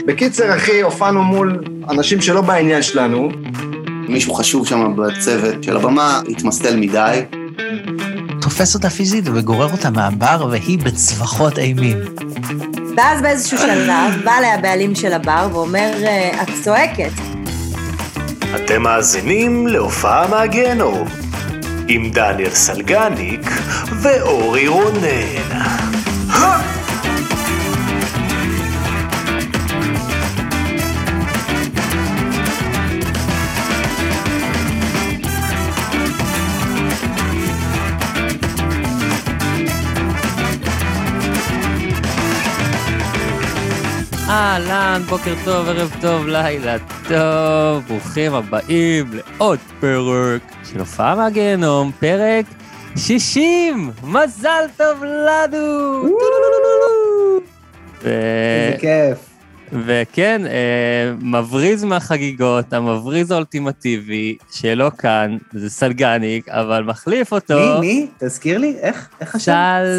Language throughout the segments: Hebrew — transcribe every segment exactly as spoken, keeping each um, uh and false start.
בקיצר, אחי, הופענו מול אנשים שלא בעניין שלנו. מישהו חשוב שם בצוות של הבמה, התמסטל מדי. תופס אותה פיזית וגורר אותה מהבר, והיא בצווחות אימים. ואז באיזשהו שלב, בא לה הבעלים של הבר ואומר, את צועקת. אתם מאזינים להופעה מהגיהנום, עם דניאל סלגניק ואורי רונן. אהלן, בוקר טוב, ערב טוב, לילה טוב, ברוכים הבאים לעוד פרק של הופעה מהגיהנום, פרק שישים, מזל טוב לנו! איזה כיף. וכן, מבריז מהחגיגות, המבריז האולטימטיבי, שלא כאן, זה סלגניק, אבל מחליף אותו. מי? מי? תזכיר לי, איך? איך השם?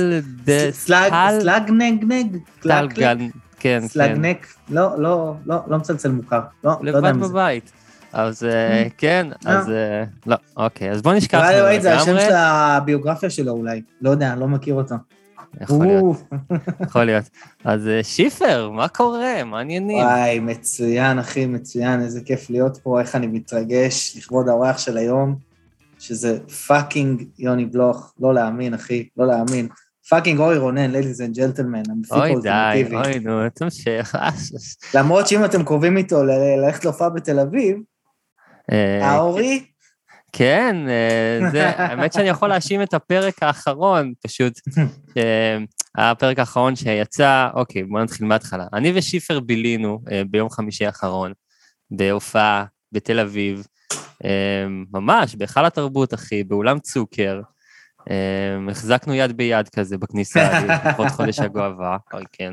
סלגנגנג? סלגנג. כן, סלגנק, כן. לא, לא, לא, לא מצלצל מוכר. לא, לא יודע לבד בבית. אז כן, אז לא, אוקיי, אז בוא נשכח. אולי, אולי, זה השם של הביוגרפיה שלו אולי. לא יודע, לא מכיר אותו. יכול להיות. יכול להיות. אז שיפר, מה קורה? מה עניינים? וואי, מצוין, אחי, מצוין. איזה כיף להיות פה, איך אני מתרגש לכבוד האורח של היום, שזה פאקינג יוני בלוך. לא להאמין, אחי, לא להאמין. פאקינג אורי רונן, ladies and gentlemen, המפיק האולטימטיבי. אוי די, אוי נו, תמשיך. למרות שאם אתם קרובים איתו ללכת להופעה בתל אביב, האורי? כן, האמת שאני יכול להאשים את הפרק האחרון, פשוט, הפרק האחרון שיצא, אוקיי, בואו נתחיל מההתחלה. אני ושיפר בילינו ביום חמישי האחרון, בהופעה בתל אביב, ממש, בהיכל התרבות, אחי, באולם צוקר, Um, החזקנו יד ביד כזה בכניסה, לפחות חודש הגאווה, אוי כן,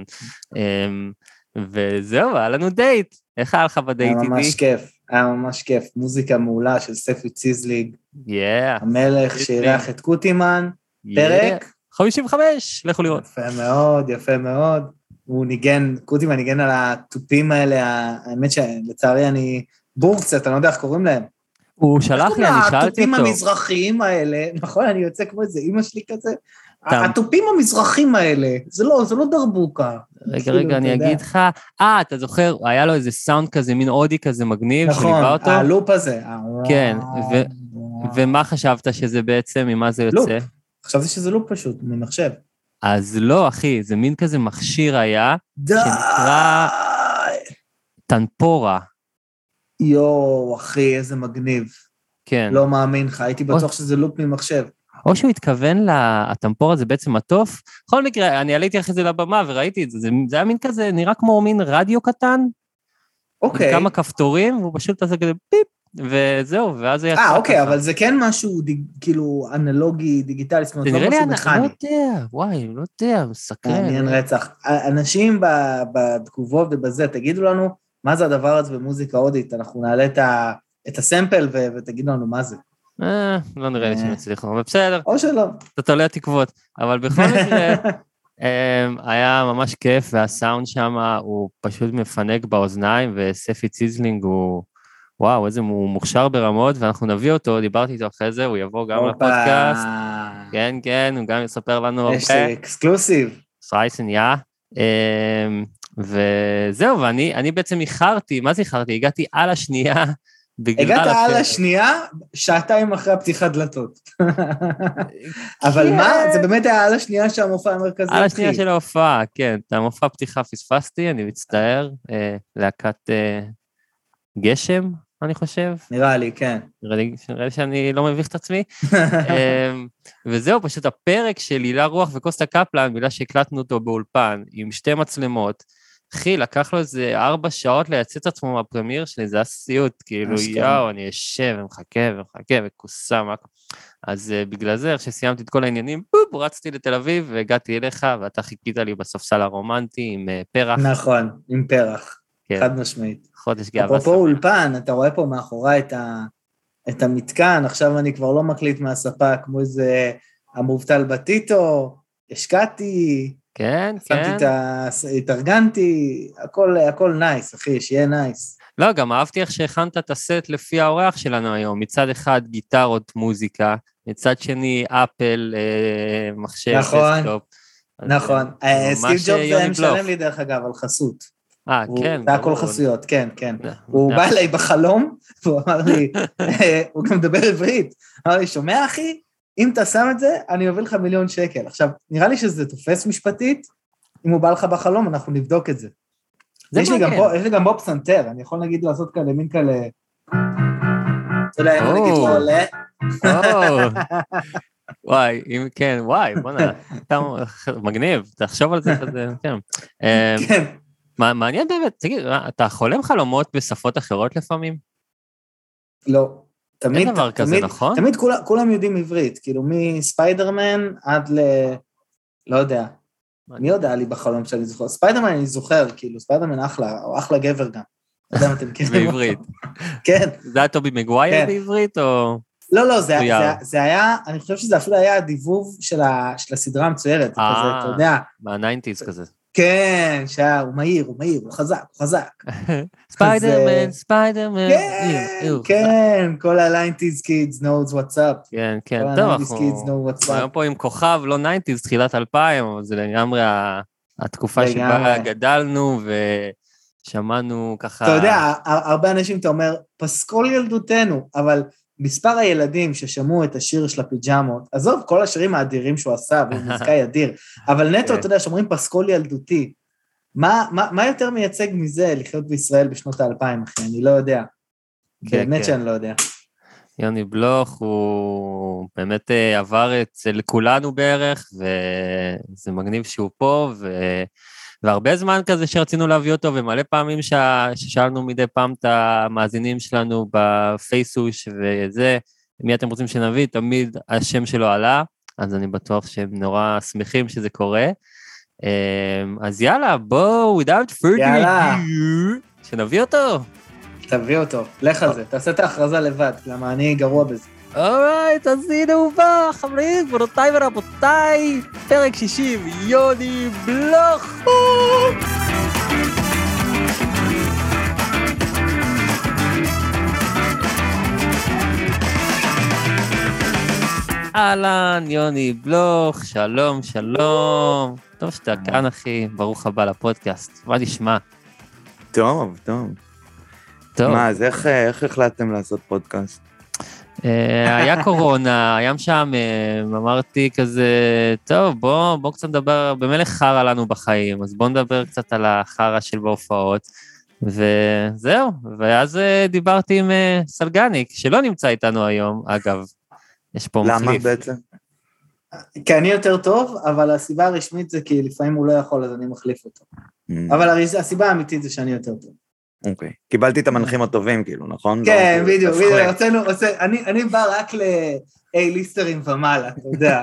um, וזהו, היה לנו דייט, איך היה לך בדייט איתי? היה ממש כיף, היה ממש כיף, מוזיקה מעולה של ספי ציזליג, yeah, המלך שאירח את קוטימן, yeah. פרק? חמישים וחמש, לכו לראות. יפה מאוד, יפה מאוד, הוא ניגן, קוטימן ניגן על הטופים האלה, האמת שלצערי אני בור קצת, אני לא יודע איך קוראים להם, הוא שלח לי, אני שאלתי אותו. הטופים המזרחיים האלה, נכון, אני יוצא כמו איזה אמא שלי כזה, הטופים המזרחיים האלה, זה לא, זה לא דרבוקה. רגע, רגע, אני אגיד לך, אה, אתה זוכר, היה לו איזה סאונד כזה, מין אודי כזה מגניב, שליווה אותו? נכון, הלופ הזה. כן, ומה חשבת שזה בעצם, ממה זה יוצא? לופ, חשבתי שזה לופ פשוט, ממחשב. אז לא, אחי, זה מין כזה מכשיר היה, שנקרא טנפורה. יו, אחי, איזה מגניב. כן. לא מאמין לך, הייתי בטוח שזה לופ ממחשב. או שהוא התכוון לטמפור הזה בעצם מטוף. בכל מקרה, אני עליתי אחרי זה לבמה וראיתי את זה, זה היה מין כזה, נראה כמו מין רדיו קטן. אוקיי. עם כמה כפתורים, והוא פשוט עשה כזה פיפ, וזהו, ואז זה יצא. אה, אוקיי, אבל זה כן משהו, כאילו, אנלוגי, דיגיטלי, זאת אומרת, לא משהו מכני. לא יודע, וואי, לא יודע, מסקרן. מעניין רצח. אנשים בתגובות ובזה, תגידו לנו, מה זה הדבר הזה במוזיקה הודית? אנחנו נעלה את, ה, את הסמפל ו, ותגידו לנו מה זה. אה, לא נראה לי שמצליחו, אבל בסדר. או שלא. אתה תולה תקוות. אבל בכל מקרה, היה ממש כיף, והסאונד שם הוא פשוט מפנק באוזניים, וספי ציזלינג הוא, וואו, איזה הוא מוכשר ברמות, ואנחנו נביא אותו, דיברתי איתו אחרי זה, הוא יבוא גם לפודקאסט. כן, כן, הוא גם יספר לנו הרבה. יש אקסקלוסיב. סייסן, יא. וזהו, ואני אני בעצם איחרתי, מה זה איחרתי? הגעתי על השנייה, הגעת על השנייה, שעתיים אחרי הפתיחת דלתות. אבל מה? זה באמת היה על השנייה שהמופע המרכזי התחיל. על השנייה של ההופעה, כן. את המופע פתיחה פספסתי, אני מצטער, להקת גשם, אני חושב. נראה לי, כן. נראה לי, נראה לי שאני לא מביך את עצמי. וזהו, פשוט הפרק של הילה רוח וקוסטה קפלן, בגלל שהקלטנו אותו באולפן, עם שתי מצלמות, אחי, לקח לו איזה ארבע שעות לייצא את עצמו מהפרמיר שלי, זה היה סיוט, כאילו, יאו, אני יושב ומחכה ומחכה וכוסה, מה... אז uh, בגלל זה, איך שסיימתי את כל העניינים, בוב, רצתי לתל אביב והגעתי אליך, ואתה חיכית לי בספסל הרומנטי עם uh, פרח. נכון, עם פרח, כן. חד משמעית. חודש גאווה. אפרופו אולפן, אתה רואה פה מאחורי את, ה... את המתקן, עכשיו אני כבר לא מקליט מהספה, כמו איזה המובטל בטיטו, השקעתי, כן, שמתי כן. את ה... התארגנתי, הכל, הכל נייס, אחי, שיהיה נייס. לא, גם אהבתי איך שהכנת את הסט לפי האורח שלנו היום. מצד אחד גיטרות, מוזיקה, מצד שני אפל, אה, מחשב, נכון, דסקטופ. אז, נכון. אה, אה, ממש סטיב ג'ובס יוני משלם בלוף. לי דרך אגב על חסות. אה, הוא- כן, זה הכל ברור. חסויות, כן, כן. זה- הוא זה- בא אליי בחלום, והוא אמר לי, אה, הוא גם מדבר עברית, אמר לי, שומע אחי? אם אתה שם את זה, אני אביא לך מיליון שקל. עכשיו, נראה לי שזה תופס משפטית, אם הוא בא לך בחלום, אנחנו נבדוק את זה. זה יש לי גם מעניין. פה, יש לי גם פה פסנתר, אני יכול נגיד לעשות כאלה, מין כאלה... אתה יודע, אם או. נגיד פה עולה, או, וואי, אם כן, וואי, בוא'נה, אתה מגניב, תחשוב על זה כזה, כן. אה, כן. מה- מעניין באמת, תגיד, אתה חולם חלומות בשפות אחרות לפעמים? לא. תמיד, דבר כזה, תמיד, נכון? תמיד כולם, כולם יודעים עברית, כאילו מספיידרמן עד ל... לא יודע. מי יודע לי בחלום שאני זוכר? ספיידרמן אני זוכר, כאילו, ספיידרמן אחלה, הוא אחלה גבר גם. לא יודע אם אתם מכירים. בעברית. כן. זה היה טובי מגווייר כן. בעברית, או... לא, לא, זה, מצויר. זה, זה היה, אני חושב שזה אפילו היה הדיבוב של, ה, של הסדרה המצוירת, זה אה. כזה, אתה יודע. מהניינטיז כזה. כן, שהיה, הוא מהיר, הוא מהיר, הוא חזק, הוא חזק. ספיידרמן, ספיידרמן. כן, איו, איו. כן, כל ה-nineties kids knows what's up. כן, כן, כל טוב, ה-nineties אנחנו... kids know what's אנחנו היום up. פה עם כוכב, לא ניינטיז, תחילת אלפיים, אבל זה לגמרי ה- התקופה שבה לגמרי. גדלנו ושמענו ככה... אתה יודע, הר- הרבה אנשים, אתה אומר, פסקול ילדותנו, אבל מספר הילדים ששמעו את השיר של הפיג'מות, עזוב, כל השירים האדירים שהוא עשה, והוא מוזיקאי אדיר, אבל נטו, כן. אתה יודע, שאומרים פסקול ילדותי, מה, מה, מה יותר מייצג מזה לחיות בישראל בשנות האלפיים, אחי? אני לא יודע. כן, באמת כן. שאני לא יודע. יוני בלוך, הוא באמת אה, עבר אצל כולנו בערך, וזה מגניב שהוא פה, ו... והרבה זמן כזה שרצינו להביא אותו, ומלא פעמים ש... ששאלנו מדי פעם את המאזינים שלנו בפייסוש וזה, מי אתם רוצים שנביא, תמיד השם שלו עלה, אז אני בטוח שהם נורא שמחים שזה קורה. אז יאללה, בואו, without further יאללה. ado, שנביא אותו. תביא אותו, לך על זה, תעשה את ההכרזה לבד, למה אני גרוע בזה. אורייט, אז הנה הוא בא, חברים, גבירותיי ורבותיי, פרק שישים, יוני בלוך. אהלן, יוני בלוך, שלום, שלום. טוב שאתה כאן, אחי, ברוך הבא לפודקאסט. מה נשמע? טוב, טוב. טוב. מה, אז איך, איך החלטתם לעשות פודקאסט? אה, היה קורונה, היה משעמם, אמרתי כזה, טוב, בוא, בוא קצת נדבר, במילא חרא לנו בחיים, אז בוא נדבר קצת על החרא של בהופעות, וזהו, ואז אה, דיברתי עם אה, סלגניק, שלא נמצא איתנו היום, אגב, יש פה למה מחליף. בעצם? כי אני יותר טוב, אבל הסיבה הרשמית זה כי לפעמים הוא לא יכול, אז אני מחליף אותו. Mm, אבל הרי הסיבה האמיתית זה שאני יותר טוב. אוקיי. קיבלתי את המנחים הטובים, כאילו, נכון? כן, לא, בדיוק, הפרק. בדיוק, הוצאנו, הוצא- אני אני בא רק ל-A ליסטרים ומעלה, אתה יודע.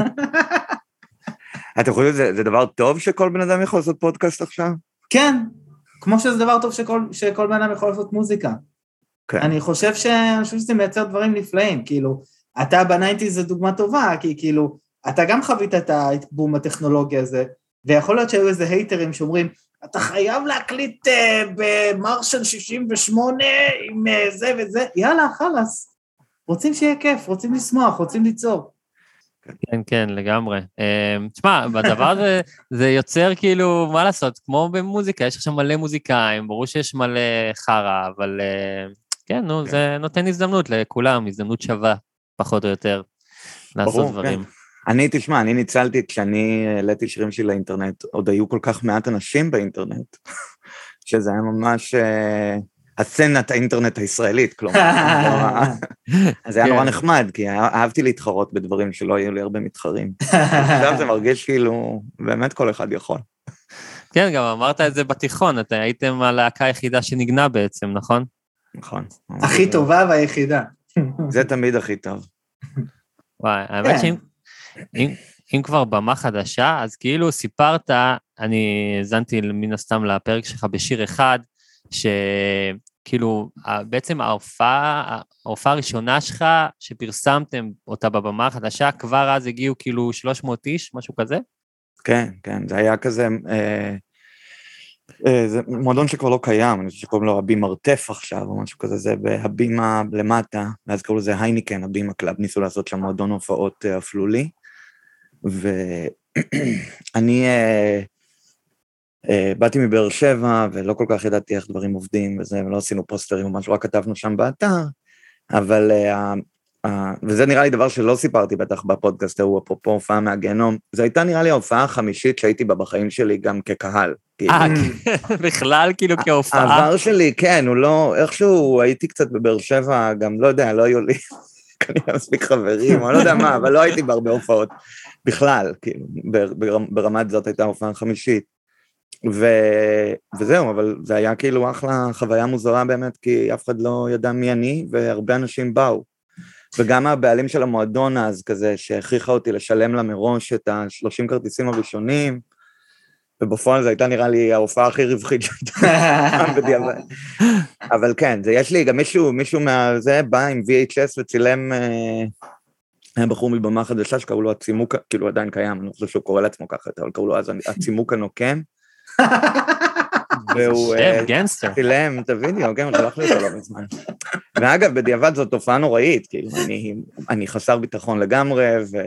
אתם חושבים שזה זה דבר טוב שכל בן אדם יכול לעשות פודקאסט עכשיו? כן, כמו שזה דבר טוב שכל, שכל בן אדם יכול לעשות מוזיקה. כן. אני חושב ש- אני חושב שזה מייצר דברים נפלאים, כאילו, אתה בניינטיז זה דוגמה טובה, כי כאילו, אתה גם חווית את הבום הטכנולוגי הזה, ויכול להיות שהיו איזה הייטרים שאומרים, אתה חייב להקליט uh, במרשל שישים ושמונה עם uh, זה וזה, יאללה, חלאס. רוצים שיהיה כיף, רוצים לשמוח, רוצים ליצור. כן, כן, לגמרי. תשמע, בדבר הזה, זה יוצר כאילו, מה לעשות, כמו במוזיקה, יש עכשיו מלא מוזיקאים, ברור שיש מלא חרא, אבל אה, כן, נו, זה נותן הזדמנות לכולם, הזדמנות שווה, פחות או יותר, לעשות ברור, דברים. כן. אני, תשמע, אני ניצלתי, כשאני העליתי שירים שלי לאינטרנט, עוד היו כל כך מעט אנשים באינטרנט, שזה היה ממש אה, הסצנת האינטרנט הישראלית, כלומר, אז זה היה נורא נחמד, כי אהבתי להתחרות בדברים שלא היו לי הרבה מתחרים. עכשיו זה מרגיש כאילו, באמת כל אחד יכול. כן, גם אמרת את זה בתיכון, אתם הייתם הלהקה היחידה שנגנה בעצם, נכון? נכון. הכי טובה והיחידה. זה תמיד הכי טוב. וואי, האמת שאם אם, אם כבר במה חדשה, אז כאילו סיפרת, אני האזנתי מן הסתם לפרק שלך בשיר אחד, שכאילו בעצם ההופעה, ההופעה הראשונה שלך שפרסמתם אותה בבמה החדשה, כבר אז הגיעו כאילו שלוש מאות איש, משהו כזה? כן, כן, זה היה כזה, אה, אה, זה מועדון שכבר לא קיים, אני חושב שקוראים לו הבימה מרתף עכשיו, או משהו כזה, זה בהבימה למטה, ואז קראו לזה הייניקן, הבימה קלאב, ניסו לעשות שם מועדון הופעות אה, אפלולי, ואני אה, אה, באתי מבאר שבע, ולא כל כך ידעתי איך דברים עובדים וזה, ולא עשינו פוסטרים או משהו, רק כתבנו שם באתר, אבל... אה, Uh, וזה נראה לי דבר שלא סיפרתי בטח בפודקאסט ההוא, אפרופו הופעה מהגיהנום, זה הייתה נראה לי ההופעה החמישית שהייתי בה בחיים שלי גם כקהל. אה, בכלל כאילו כהופעה. העבר שלי, כן, הוא לא, איכשהו הייתי קצת בבאר שבע, גם לא יודע, לא היו לי כנראה מספיק חברים, או לא יודע מה, אבל לא הייתי בהרבה הופעות בכלל, כאילו, ברמת זאת הייתה ההופעה החמישית. ו... וזהו, אבל זה היה כאילו אחלה חוויה מוזרה באמת, כי אף אחד לא ידע מי אני, והרבה אנשים באו. וגם הבעלים של המועדון אז כזה, שהכריחה אותי לשלם לה מראש את ה-שלושים כרטיסים הראשונים, ובפועל זה הייתה נראה לי ההופעה הכי רווחית שהייתה בדיעבד. אבל כן, זה יש לי גם מישהו, מישהו מהזה בא עם וי אייץ' אס וצילם, היה בחור מבמה חדשה שקראו לו הצימוק, כאילו עדיין קיים, אני חושב שהוא קורא לעצמו ככה, אבל קראו לו אז הצימוק הנוקם. והוא צילם את הוידאו, כן, הוא שלח לי אותו לא מזמן. ואגב, בדיעבד זאת תופעה נוראית, כאילו, אני חסר ביטחון לגמרי,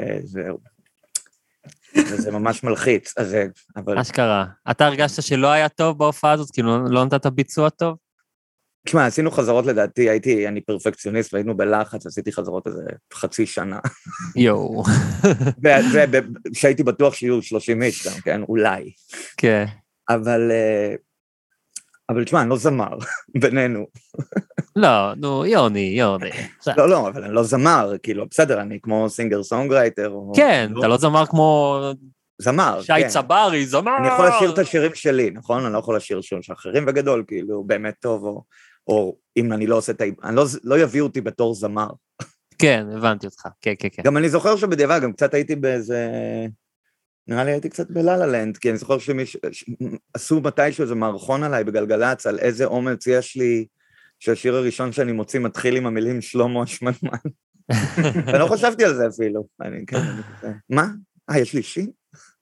וזה ממש מלחיץ, אז זה, אבל... אשכרה, אתה הרגשת שלא היה טוב בהופעה הזאת, כאילו לא נתת ביצוע טוב? תשמע, עשינו חזרות לדעתי, הייתי, אני פרפקציוניסט, והיינו בלחץ, עשיתי חזרות איזה חצי שנה. יואו. שהייתי בטוח שיהיו שלושים איש גם, כן, אולי. כן. אבל... אבל תשמע, אני לא זמר, בינינו. לא, נו, יוני, יוני. לא, לא, אבל אני לא זמר, כאילו, בסדר, אני כמו סינגר סונגרייטר. כן, אתה לא זמר כמו... זמר, כן. שי צברי, זמר. אני יכול לשיר את השירים שלי, נכון? אני לא יכול לשיר שירים של אחרים וגדול, כאילו, באמת טוב, או אם אני לא עושה את ה... אני לא יביאו אותי בתור זמר. כן, הבנתי אותך, כן, כן, כן. גם אני זוכר שבדיעבד, גם קצת הייתי באיזה... נראה לי הייתי קצת בללה-לנד, כי אני זוכר שעשו מתישהו איזה מערכון עליי בגלגלץ, על איזה אומץ יש לי, שהשיר הראשון שאני מוציא מתחיל עם המילים שלמה השמנמן. ואני לא חשבתי על זה אפילו. מה? אה, יש לי שיר?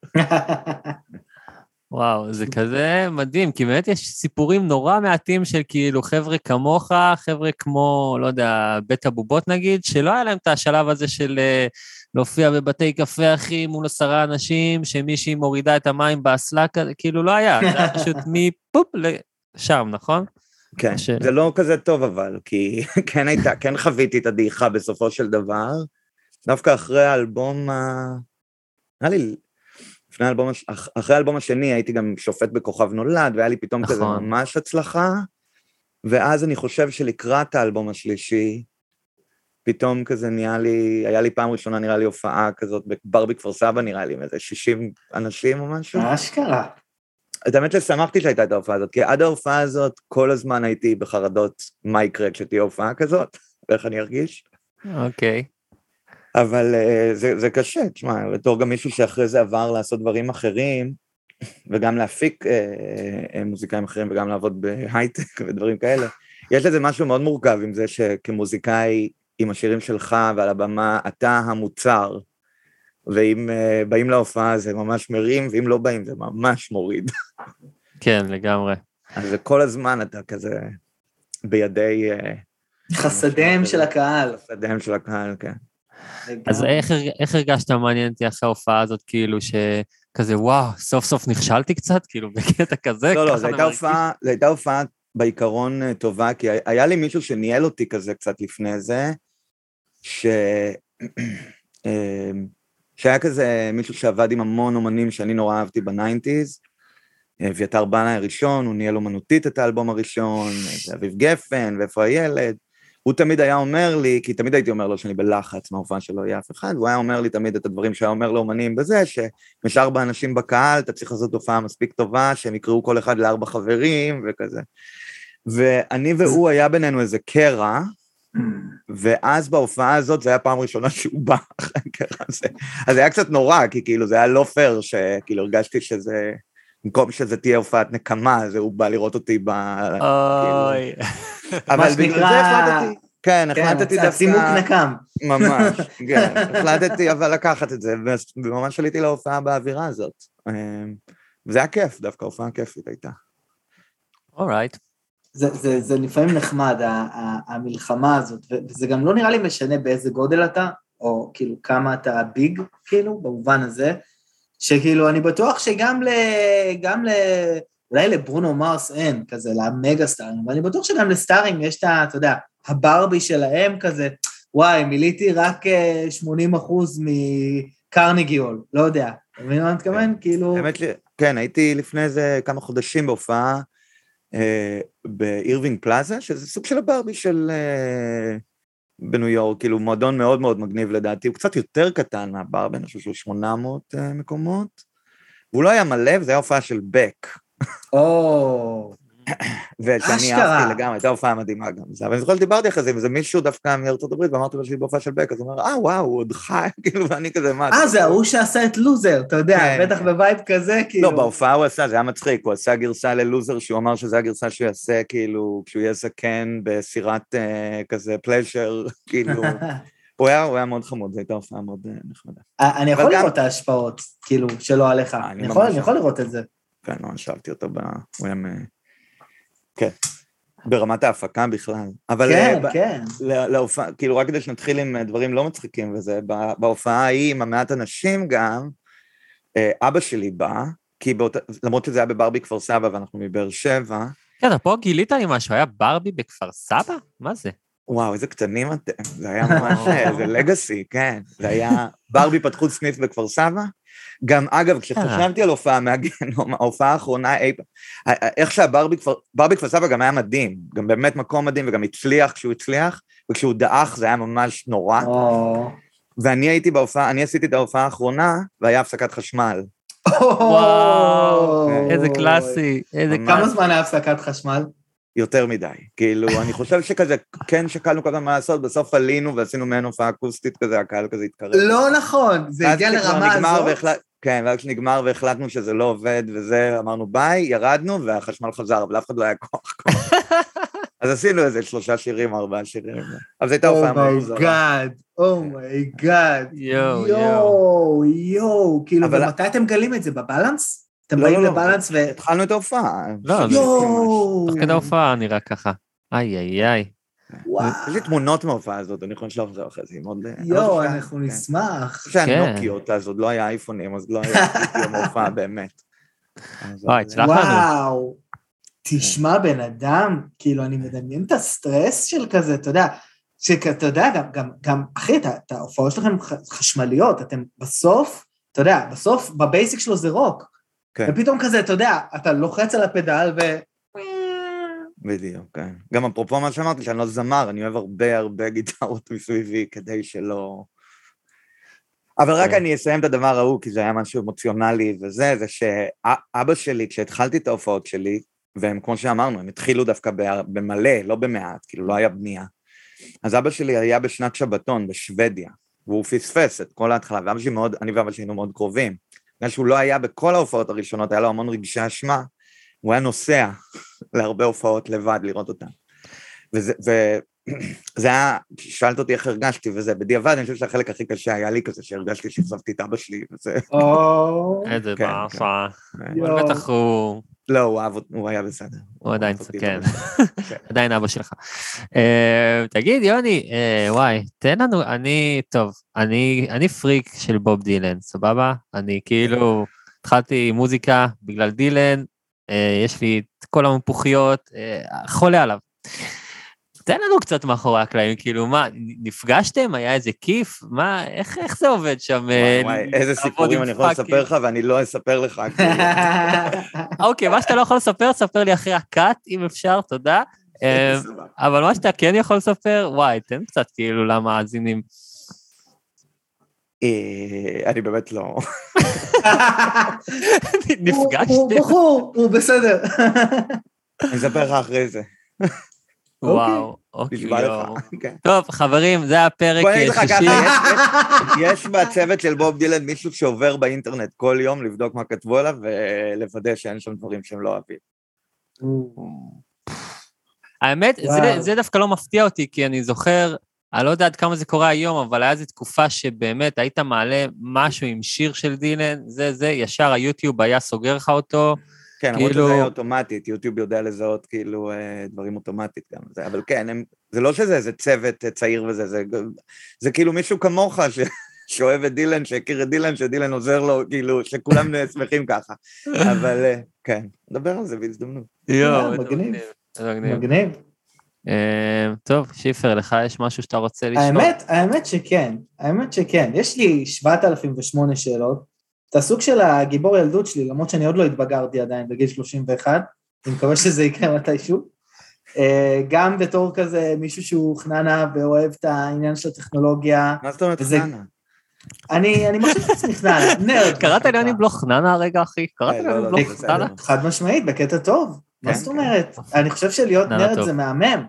וואו, זה כזה מדהים, כי באמת יש סיפורים נורא מעטים של כאילו חבר'ה כמוך, חבר'ה כמו, לא יודע, בית הבובות נגיד, שלא היה להם את השלב הזה של... להופיע בבתי קפה אחי מול עשרה אנשים, שמישהי מורידה את המים באסלה, כאילו לא היה, זה היה פשוט מפופ לשם, נכון? כן, זה לא כזה טוב אבל, כי כן הייתה, כן חוויתי את הדעיכה בסופו של דבר, דווקא אחרי האלבום, נראה לי, אחרי האלבום השני הייתי גם שופט בכוכב נולד, והיה לי פתאום כזה ממש הצלחה, ואז אני חושב שלקראת האלבום השלישי, פתאום כזה נהיה לי, היה לי פעם ראשונה נראה לי הופעה כזאת, בבר בכפר סבא נראה לי, איזה שישים אנשים או משהו. מה שקרה? את האמת ששמחתי שהייתה את ההופעה הזאת, כי עד ההופעה הזאת כל הזמן הייתי בחרדות מה יקרה כשתהיה הופעה כזאת, ואיך אני ארגיש. אוקיי. אבל זה, זה קשה, תשמע, בתור גם מישהו שאחרי זה עבר לעשות דברים אחרים, וגם להפיק אה, מוזיקאים אחרים, וגם לעבוד בהייטק ודברים כאלה. יש לזה משהו מאוד מורכב עם זה שכמוזיקאי, עם השירים שלך ועל הבמה, אתה המוצר, ואם uh, באים להופעה זה ממש מרים, ואם לא באים זה ממש מוריד. כן, לגמרי. אז זה כל הזמן אתה כזה בידי... Uh, חסדיהם של הקהל. חסדיהם של הקהל, כן. אז איך, איך הרגשת מעניין אותי אחרי ההופעה הזאת, כאילו שכזה, וואו, סוף סוף נכשלתי קצת, כאילו בקטע כזה? לא, לא, זו הייתה הופעה, זו הייתה הופעה בעיקרון טובה, כי היה לי מישהו שניהל אותי כזה קצת לפני זה, ש... שהיה כזה מישהו שעבד עם המון אומנים שאני נורא אהבתי בניינטיז, אביתר בנאי הראשון, הוא ניהל אומנותית את האלבום הראשון, אביב גפן, ואיפה הילד, הוא תמיד היה אומר לי, כי תמיד הייתי אומר לו שאני בלחץ מההופעה שלא יהיה אף אחד, והוא היה אומר לי תמיד את הדברים שהיה אומר לאומנים בזה, שיש ארבע אנשים בקהל, אתה צריך לעשות הופעה מספיק טובה, שהם יקראו כל אחד לארבע חברים וכזה. ואני והוא היה בינינו איזה קרע, ואז בהופעה הזאת, זה היה פעם ראשונה שהוא בא אחרי הקרע הזה. אז זה היה קצת נורא, כי כאילו זה היה לא פייר, שכאילו הרגשתי שזה, במקום שזה תהיה הופעת נקמה, זה הוא בא לראות אותי ב... אוי. אבל בגלל זה החלטתי, כן, החלטתי דווקא... צימוק נקם. ממש, כן, החלטתי אבל לקחת את זה, וממש עליתי להופעה באווירה הזאת. וזה היה כיף, דווקא הופעה כיפית הייתה. אורייט. זה, זה, זה לפעמים נחמד, המלחמה הזאת, וזה גם לא נראה לי משנה באיזה גודל אתה, או כאילו כמה אתה ביג, כאילו, במובן הזה, שכאילו אני בטוח שגם ל... גם ל... אולי לברונו מרס אין, כזה, למגה סטארים, ואני בטוח שגם לסטארים יש את ה... אתה יודע, הברבי שלהם כזה, וואי, מיליתי רק שמונים אחוז מקרניגיול, לא יודע. אתה מבין מה אני מתכוון? כאילו... האמת לי, כן, הייתי לפני איזה כמה חודשים בהופעה באירווינג פלאזה, שזה סוג של הברבי של... בניו יורק, כאילו מועדון מאוד מאוד מגניב לדעתי, הוא קצת יותר קטן מהברבי, אני חושב שהוא שמונה מאות מקומות, והוא לא היה מלא, וזה היה הופעה של בק. או... ושאני אהבתי לגמרי, הייתה הופעה מדהימה גם זה, אבל אני זוכר שדיברתי אחרי זה, וזה מישהו דווקא מארצות הברית, ואמרתי לו שהיא בהופעה של בק, אז הוא אומר, אה, וואו, הוא עוד חי, כאילו, ואני כזה, מה? אה, זה ההוא שעשה את לוזר, אתה יודע, בטח בווייב כזה, כאילו. לא, בהופעה הוא עשה, זה היה מצחיק, הוא עשה גרסה ללוזר, שהוא אמר שזה הגרסה שהוא יעשה, כאילו, כשהוא יהיה זקן בסירת כזה פלשר, כאילו, הוא היה מאוד חמוד, זו הייתה הופעה מאוד נחמדה. אני יכול לראות את ההשפעות, כאילו, שלא עליך, אני יכול לראות את זה. כן, לא, שאלתי אותו, הוא היה... כן, ברמת ההפקה בכלל. כן, כן. להופעה, כאילו רק כדי שנתחיל עם דברים לא מצחיקים וזה, בהופעה ההיא עם המעט אנשים גם, אבא שלי בא, כי למרות שזה היה בברבי כפר סבא ואנחנו מבאר שבע. כן, פה גילית לי משהו, היה ברבי בכפר סבא? מה זה? וואו, איזה קטנים אתם, זה היה ממש, זה לגאסי, כן, זה היה ברבי פתחו סניף בכפר סבא, גם אגב, כשחשבתי על הופעה מהגיהנום, ההופעה האחרונה, איך שהברבי כפר סבא גם היה מדהים, גם באמת מקום מדהים, וגם הצליח כשהוא הצליח, וכשהוא דאח זה היה ממש נורא, ואני הייתי בהופעה, אני עשיתי את ההופעה האחרונה, והיה הפסקת חשמל. וואו, איזה קלאסי, איזה קלאסי. כמה זמן היה הפסקת חשמל? יותר מדי, כאילו, אני חושב שכזה, כן שקלנו כזה מה לעשות, בסוף עלינו ועשינו מעין הופעה אקוסטית כזה, הקהל כזה התקרב. לא נכון, זה הגיע לרמה הזאת. כן, ואז כשנגמר והחלטנו שזה לא עובד וזה, אמרנו ביי, ירדנו והחשמל חזר, אבל אף אחד לא היה כוח. אז עשינו איזה שלושה שירים, ארבעה שירים. אבל זו הייתה הופעה מאוד מוזרה. אומייגאד, אומייגאד. יואו, יואו, יואו. כאילו, ומתי אתם גלים את זה? בבלנס? אתם באים לבלנס ו... התחלנו את ההופעה. לא, תוך כדי ההופעה נראה ככה. איי, איי, איי. יש לי תמונות מההופעה הזאת, אני יכול לשלוח את זה אחרי זה. יואו, אנחנו נשמח. שהיה נוקיות, אז עוד לא היה אייפונים, אז לא היה מההופעה באמת. וואי, הצלח לנו. וואו, תשמע בן אדם, כאילו אני מדמיין את הסטרס של כזה, אתה יודע, שאתה יודע, גם, אחי, את ההופעות שלכם חשמליות, אתם בסוף, אתה יודע, בסוף בבייסיק שלו זה רוק. ופתאום כזה, אתה יודע, אתה לוחץ על הפדל ו... בדיוק, כן. גם אפרופו מה שאמרתי, שאני לא זמר, אני אוהב הרבה הרבה גיטרות מסביבי, כדי שלא... אבל רק אני אסיים את הדבר ההוא, כי זה היה משהו אמוציונלי וזה, זה שאבא שלי, כשהתחלתי את ההופעות שלי, והם, כמו שאמרנו, הם התחילו דווקא במלא, לא במעט, כאילו לא היה בנייה. אז אבא שלי היה בשנת שבתון, בשוודיה, והוא פספס את כל ההתחלה, ואבא שלי מאוד, אני ואבא שלי היינו מאוד קרובים. בגלל שהוא לא היה בכל ההופעות הראשונות, היה לו המון רגשי אשמה, הוא היה נוסע להרבה הופעות לבד לראות אותם. וזה, וזה היה, שאלת אותי איך הרגשתי, וזה בדיעבד, אני חושב שהחלק הכי קשה היה לי כזה, שהרגשתי שהפספתי את אבא שלי, וזה... איזה באפה. אבל בטח הוא... לא, הוא היה בסדר. הוא עדיין סכן. עדיין אבא שלך. תגיד, יוני, וואי, תן לנו, אני, טוב, אני פריק של בוב דילן, סבבה? אני כאילו, התחלתי מוזיקה בגלל דילן, יש לי את כל המפוחיות, חולה עליו. תן לנו קצת מאחורי הקלעים, כאילו, מה, נפגשתם? היה איזה כיף? מה, איך, איך זה עובד שם? וואי, וואי, איזה סיפורים אני יכול לספר לך, ואני לא אספר לך. אוקיי, מה שאתה לא יכול לספר, ספר לי אחרי הקאט, אם אפשר, תודה. אבל מה שאתה כן יכול לספר, וואי, תן קצת כאילו למאזינים. אני באמת לא. נפגשתם? הוא בחור, הוא בסדר. אני אספר לך אחרי זה. וואו, אוקיי, טוב, חברים, זה הפרק שישי. יש בצוות של בוב דילן מישהו שעובר באינטרנט כל יום לבדוק מה כתבו עליו, ולוודא שאין שם דברים שהם לא אוהבים. האמת, זה דווקא לא מפתיע אותי, כי אני זוכר, אני לא יודע עד כמה זה קורה היום, אבל היה איזו תקופה שבאמת היית מעלה משהו עם שיר של דילן, זה, זה, ישר היוטיוב היה סוגר לך אותו. כן, למרות שזה היה אוטומטית, יוטיוב יודע לזהות כאילו דברים אוטומטית גם, אבל כן, זה לא שזה איזה צוות צעיר וזה, זה כאילו מישהו כמוך שאוהב את דילן, שהכיר את דילן, שדילן עוזר לו, כאילו, שכולם שמחים ככה. אבל כן, נדבר על זה בהזדמנות. יואו, מגניב. מגניב. טוב, שיפר, לך יש משהו שאתה רוצה לשאול? האמת, האמת שכן, האמת שכן. יש לי שבעת אלפים ושמונה שאלות. את הסוג של הגיבור ילדות שלי, למרות שאני עוד לא התבגרתי עדיין בגיל שלושים ואחת, אני מקווה שזה יקרה מתישהו. גם בתור כזה מישהו שהוא חננה ואוהב את העניין של הטכנולוגיה. מה זאת אומרת חננה? אני, אני מחשיב את עצמי חננה, נרד. קראת לי אני בלוך חננה הרגע, אחי? קראת לי אני בלוך חננה? חד משמעית, בקטע טוב. מה זאת אומרת? אני חושב שלהיות נרד זה מהמם.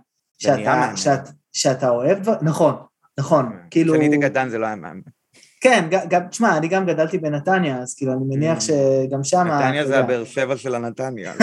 שאתה אוהב דבר... נכון, נכון. כאילו... כשאני הייתי קטן זה לא היה מהמם. כן, גם, תשמע, אני גם גדלתי בנתניה, אז כאילו אני מניח שגם שם... נתניה זה הבאר שבע של הנתניה.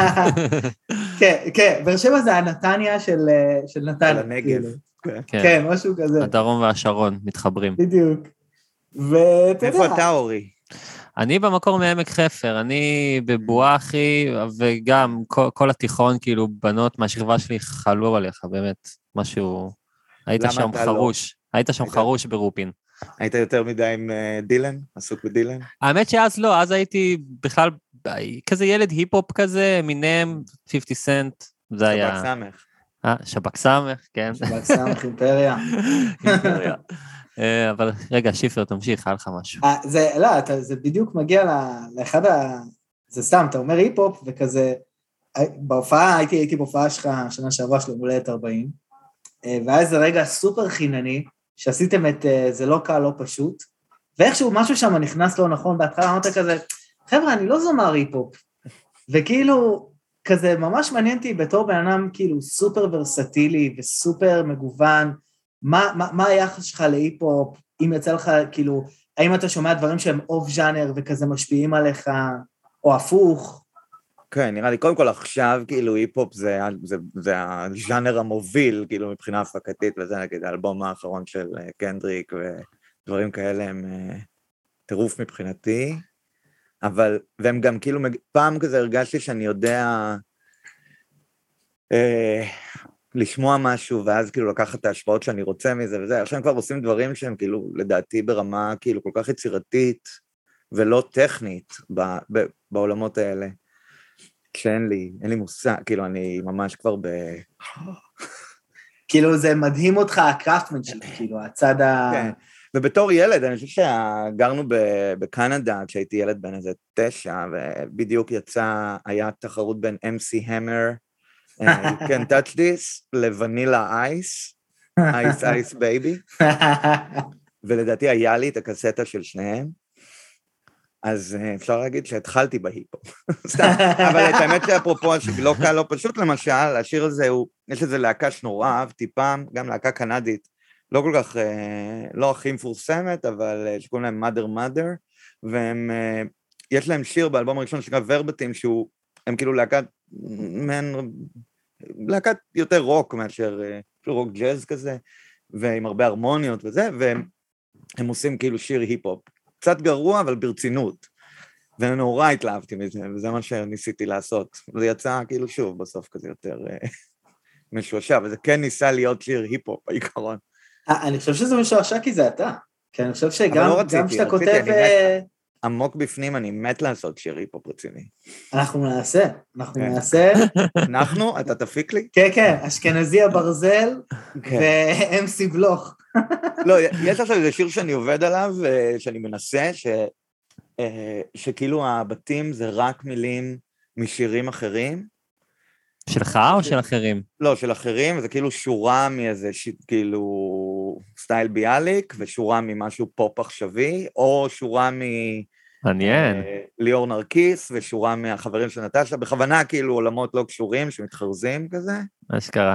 כן, כן, באר שבע זה הנתניה של נתניה. של הנגב. כן, משהו כזה. הדרום והשרון מתחברים. בדיוק. ואתה יודע... איפה אתה, אורי? אני במקור מעמק חפר, אני בבועה, אחי, וגם כל, כל התיכון, כאילו, בנות מהשכבה שלי חלו עליך, באמת, משהו... היית שם חרוש, לא? היית שם היית... חרוש ברופין. היית יותר מדי עם דילן? עסוק בדילן? האמת שאז לא, אז הייתי בכלל, כזה ילד היפ-הופ כזה, מינם, חמישים סנט, זה היה... שבק סמך. אה, שבק סמך, כן. שבק סמך, אימפריה. אימפריה. אבל רגע, שיפר, תמשיך, היה לך משהו. זה, לא, זה בדיוק מגיע לאחד ה... זה סתם, אתה אומר היפ-הופ, וכזה, בהופעה, הייתי, הייתי בהופעה שלך, שנה שעברה שלו, מולדת ארבעים, והיה איזה רגע סופר חינני, שעשיתם את זה לא קל, לא פשוט, ואיכשהו משהו שם נכנס לא נכון, בהתחלה אמרת כזה, חבר'ה, אני לא זומר היפ-הופ, וכאילו, כזה ממש מעניין אותי בתור בן אדם, כאילו, סופר ורסטילי וסופר מגוון, מה, מה, מה היחס שלך להיפ-הופ, אם יצא לך, כאילו, האם אתה שומע דברים שהם אוף ז'אנר וכזה משפיעים עליך, או הפוך? כן, נראה לי, קודם כל עכשיו, כאילו, היפ-הופ זה, זה, זה הז'אנר המוביל, כאילו, מבחינה הפקתית, וזה נגיד, האלבום האחרון של קנדריק, ודברים כאלה הם טירוף מבחינתי, אבל, והם גם כאילו, פעם כזה הרגשתי שאני יודע אה, לשמוע משהו, ואז כאילו לקחת את ההשפעות שאני רוצה מזה, וזה, עכשיו הם כבר עושים דברים שהם כאילו, לדעתי ברמה, כאילו, כל כך יצירתית, ולא טכנית, ב, ב, בעולמות האלה. כשאין לי, אין לי מושג, כאילו אני ממש כבר ב... כאילו זה מדהים אותך הקראפטמן שלך, כאילו הצד ה... כן, ובתור ילד, אני חושב שגרנו בקנדה, כשהייתי ילד בן איזה תשע, ובדיוק יצא, היה תחרות בין אם סי Hammer, You Can Touch This, לוונילה אייס, אייס אייס בייבי, ולדעתי היה לי את הקסטה של שניהם, אז אפשר להגיד שהתחלתי בהיפ-הופ, סתם, אבל את האמת שאפרופו לא קל, לא פשוט למשל, השיר הזה הוא, יש איזה להקה שנורא אהבתי פעם, גם להקה קנדית, לא כל כך, לא הכי מפורסמת, אבל שקוראים להם Mother Mother, והם, יש להם שיר באלבום הראשון שנקרא ורבטים, שהוא, הם כאילו להקת, מן, להקת יותר רוק מאשר, רוק ג'אז כזה, ועם הרבה הרמוניות וזה, והם עושים כאילו שיר היפ-הופ, קצת גרוע, אבל ברצינות. ונורא התלהבתי מזה, וזה מה שניסיתי לעשות. זה יצא כאילו שוב בסוף כזה יותר משועשע, וזה כן ניסה להיות שיר היפ-הופ בעיקרון. אני חושב שזה משועשע כי זה אתה. כי אני חושב שגם שאתה כותב... עמוק בפנים, אני מת לעשות שיר היפ-הופ רציני. אנחנו נעשה, אנחנו נעשה. אנחנו? אתה תפיק לי? כן, כן, אשכנזי הברזל ו-אם סי בלוך. לא, יש עכשיו איזה שיר שאני עובד עליו, שאני מנסה, שכאילו הבתים זה רק מילים משירים אחרים. שלך או של אחרים? לא, של אחרים, וזה כאילו שורה מאיזה כאילו סטייל ביאליק, ושורה ממשהו פופ עכשווי, או שורה מ... מעניין. ליאור נרקיס, ושורה מהחברים של נטשה, בכוונה כאילו עולמות לא קשורים, שמתחרזים כזה. מה שקרה?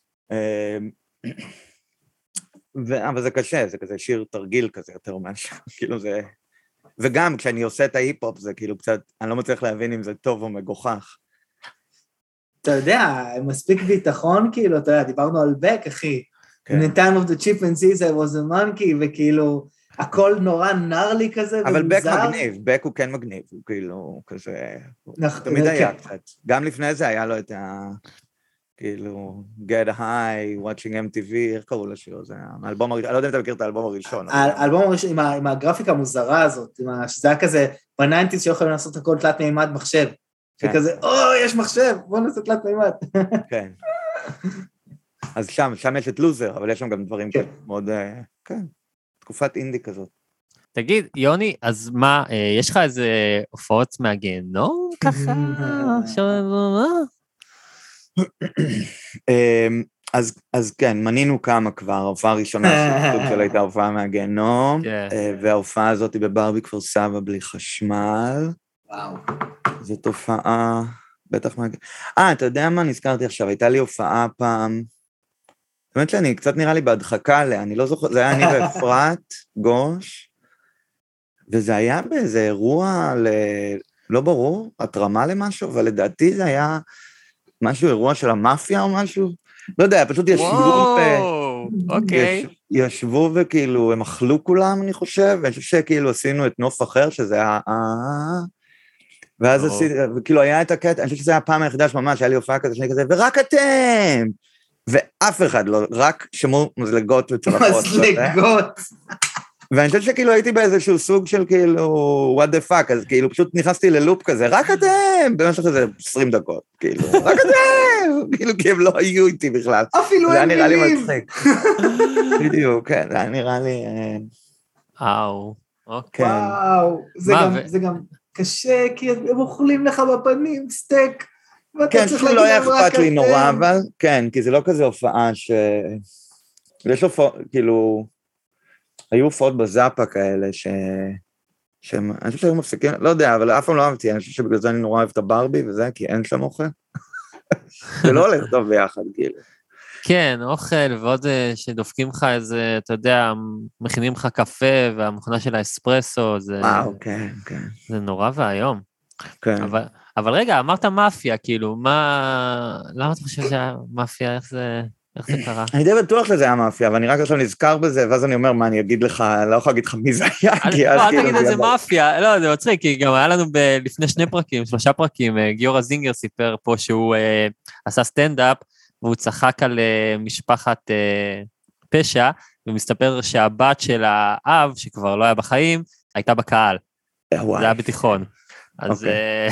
אבל זה קשה, זה כזה שיר תרגיל כזה יותר משהו, כאילו זה... וגם כשאני עושה את ההיפ-הופ, זה כאילו קצת, אני לא מצליח להבין אם זה טוב או מגוחך. אתה יודע, מספיק ביטחון, כאילו, אתה יודע, דיברנו על בק, אחי. In the time of the chimpanzees I was a monkey, וכאילו, הכל נורא נר לי כזה, אבל בק ומוזר. מגניב, בק הוא כן מגניב, הוא כאילו, כזה, נכון, תמיד זה היה כן. קצת. גם לפני זה היה לו את ה... כאילו, Get High, Watching אם טי וי, איך קראו לשיר? זה האלבום הראשון, אני לא יודע אם אתה מכיר את האלבום הראשון. האלבום הראשון, עם ה- עם הגרפיקה המוזרה הזאת, עם ה- שזה היה כזה, בניינטיז שיכולים לעשות הכל תלת מימד מחשב. כן. שכזה, או, יש מחשב, בוא נעשה תלת מימד. כן. אז שם, שם יש את לוזר, אבל יש שם גם דברים כן. כאלה מאוד, אה, כן, תקופת אינדי כזאת. תגיד, יוני, אז מה, אה, יש לך איזה הופעות מהגיהנום ככה? עכשיו, מה? אמ, אז, אז כן, מנינו כמה כבר, ההופעה הראשונה של של הייתה הופעה מהגיהנום, כן. אה, וההופעה הזאת היא בברבי כפר סבא בלי חשמל, וואו. זו תופעה, בטח מה... אה, אתה יודע מה? נזכרתי עכשיו, הייתה לי הופעה פעם, באמת שאני קצת נראה לי בהדחקה עליה, אני לא זוכר, זה היה אני ואפרת גוש, וזה היה באיזה אירוע, ל... לא ברור, התרמה למשהו, אבל לדעתי זה היה משהו, אירוע של המאפיה או משהו, לא יודע, פשוט ישבו, וואו, אוקיי. יש, ישבו וכאילו, הם אכלו כולם, אני חושב, ואני חושב שכאילו עשינו את נוף אחר, שזה היה... ואז עשיתי, וכאילו היה את הקטע, אני חושב שזה היה הפעם היחידה שממש, היה לי הופעה כזה, שאני כזה, ורק אתם! ואף אחד לא, רק שמעו מזלגות וצלחות. מזלגות. ואני חושב שכאילו הייתי באיזשהו סוג של כאילו, what the fuck, אז כאילו פשוט נכנסתי ללופ כזה, רק אתם! במשך איזה עשרים דקות, כאילו, רק אתם! כאילו, כי הם לא היו איתי בכלל. אפילו זה היה אין נראה לי מילים. מצחיק. בדיוק, כן, זה היה נראה לי... אאו, אוקיי. כן. וואו, זה מה, גם- ו- זה גם קשה, כי הם אוכלים לך בפנים סטייק, ואתה כן, צריך פשוט להגיד לא היה להם רק אכפת לי אתם. נורא, אבל, כן, כי זה לא כזה הופעה ש... יש הופעות, כאילו, היו הופעות בזאפה כאלה, ש... שהם, אני חושב שהיו מפסיקים, לא יודע, אבל אף פעם לא אהבתי, אני חושב שבגלל זה אני נורא אוהב את הברבי וזה, כי אין שם אוכל. זה לא הולך טוב ביחד, כאילו. כן, אוכל, ועוד אה, שדופקים לך איזה, אתה יודע, מכינים לך קפה, והמכונה של האספרסו, זה, וואו, כן, כן, זה נורא ואיום. כן. אבל, אבל רגע, אמרת מאפיה, כאילו, מה... למה אתה חושב שהיה מאפיה? איך זה, איך זה קרה? אני די בטוח שזה היה מאפיה, אבל אני רק עכשיו נזכר בזה, ואז אני אומר, מה, אני אגיד לך, אני לא יכול להגיד לך מי זה היה, כי אז לא, אל כאילו תגיד זה איזה היה ברור. מאפיה, לא, זה מצחיק, כי גם היה לנו ב- לפני שני פרקים, שלושה פרקים, אה, גיורא זינגר סיפר פה שהוא אה, עשה סטנדאפ, והוא צחק על אה, משפחת אה, פשע, ומסתבר שהבת של האב, שכבר לא היה בחיים, הייתה בקהל. וואי. זה היה בתיכון. אז... אוקיי. אה,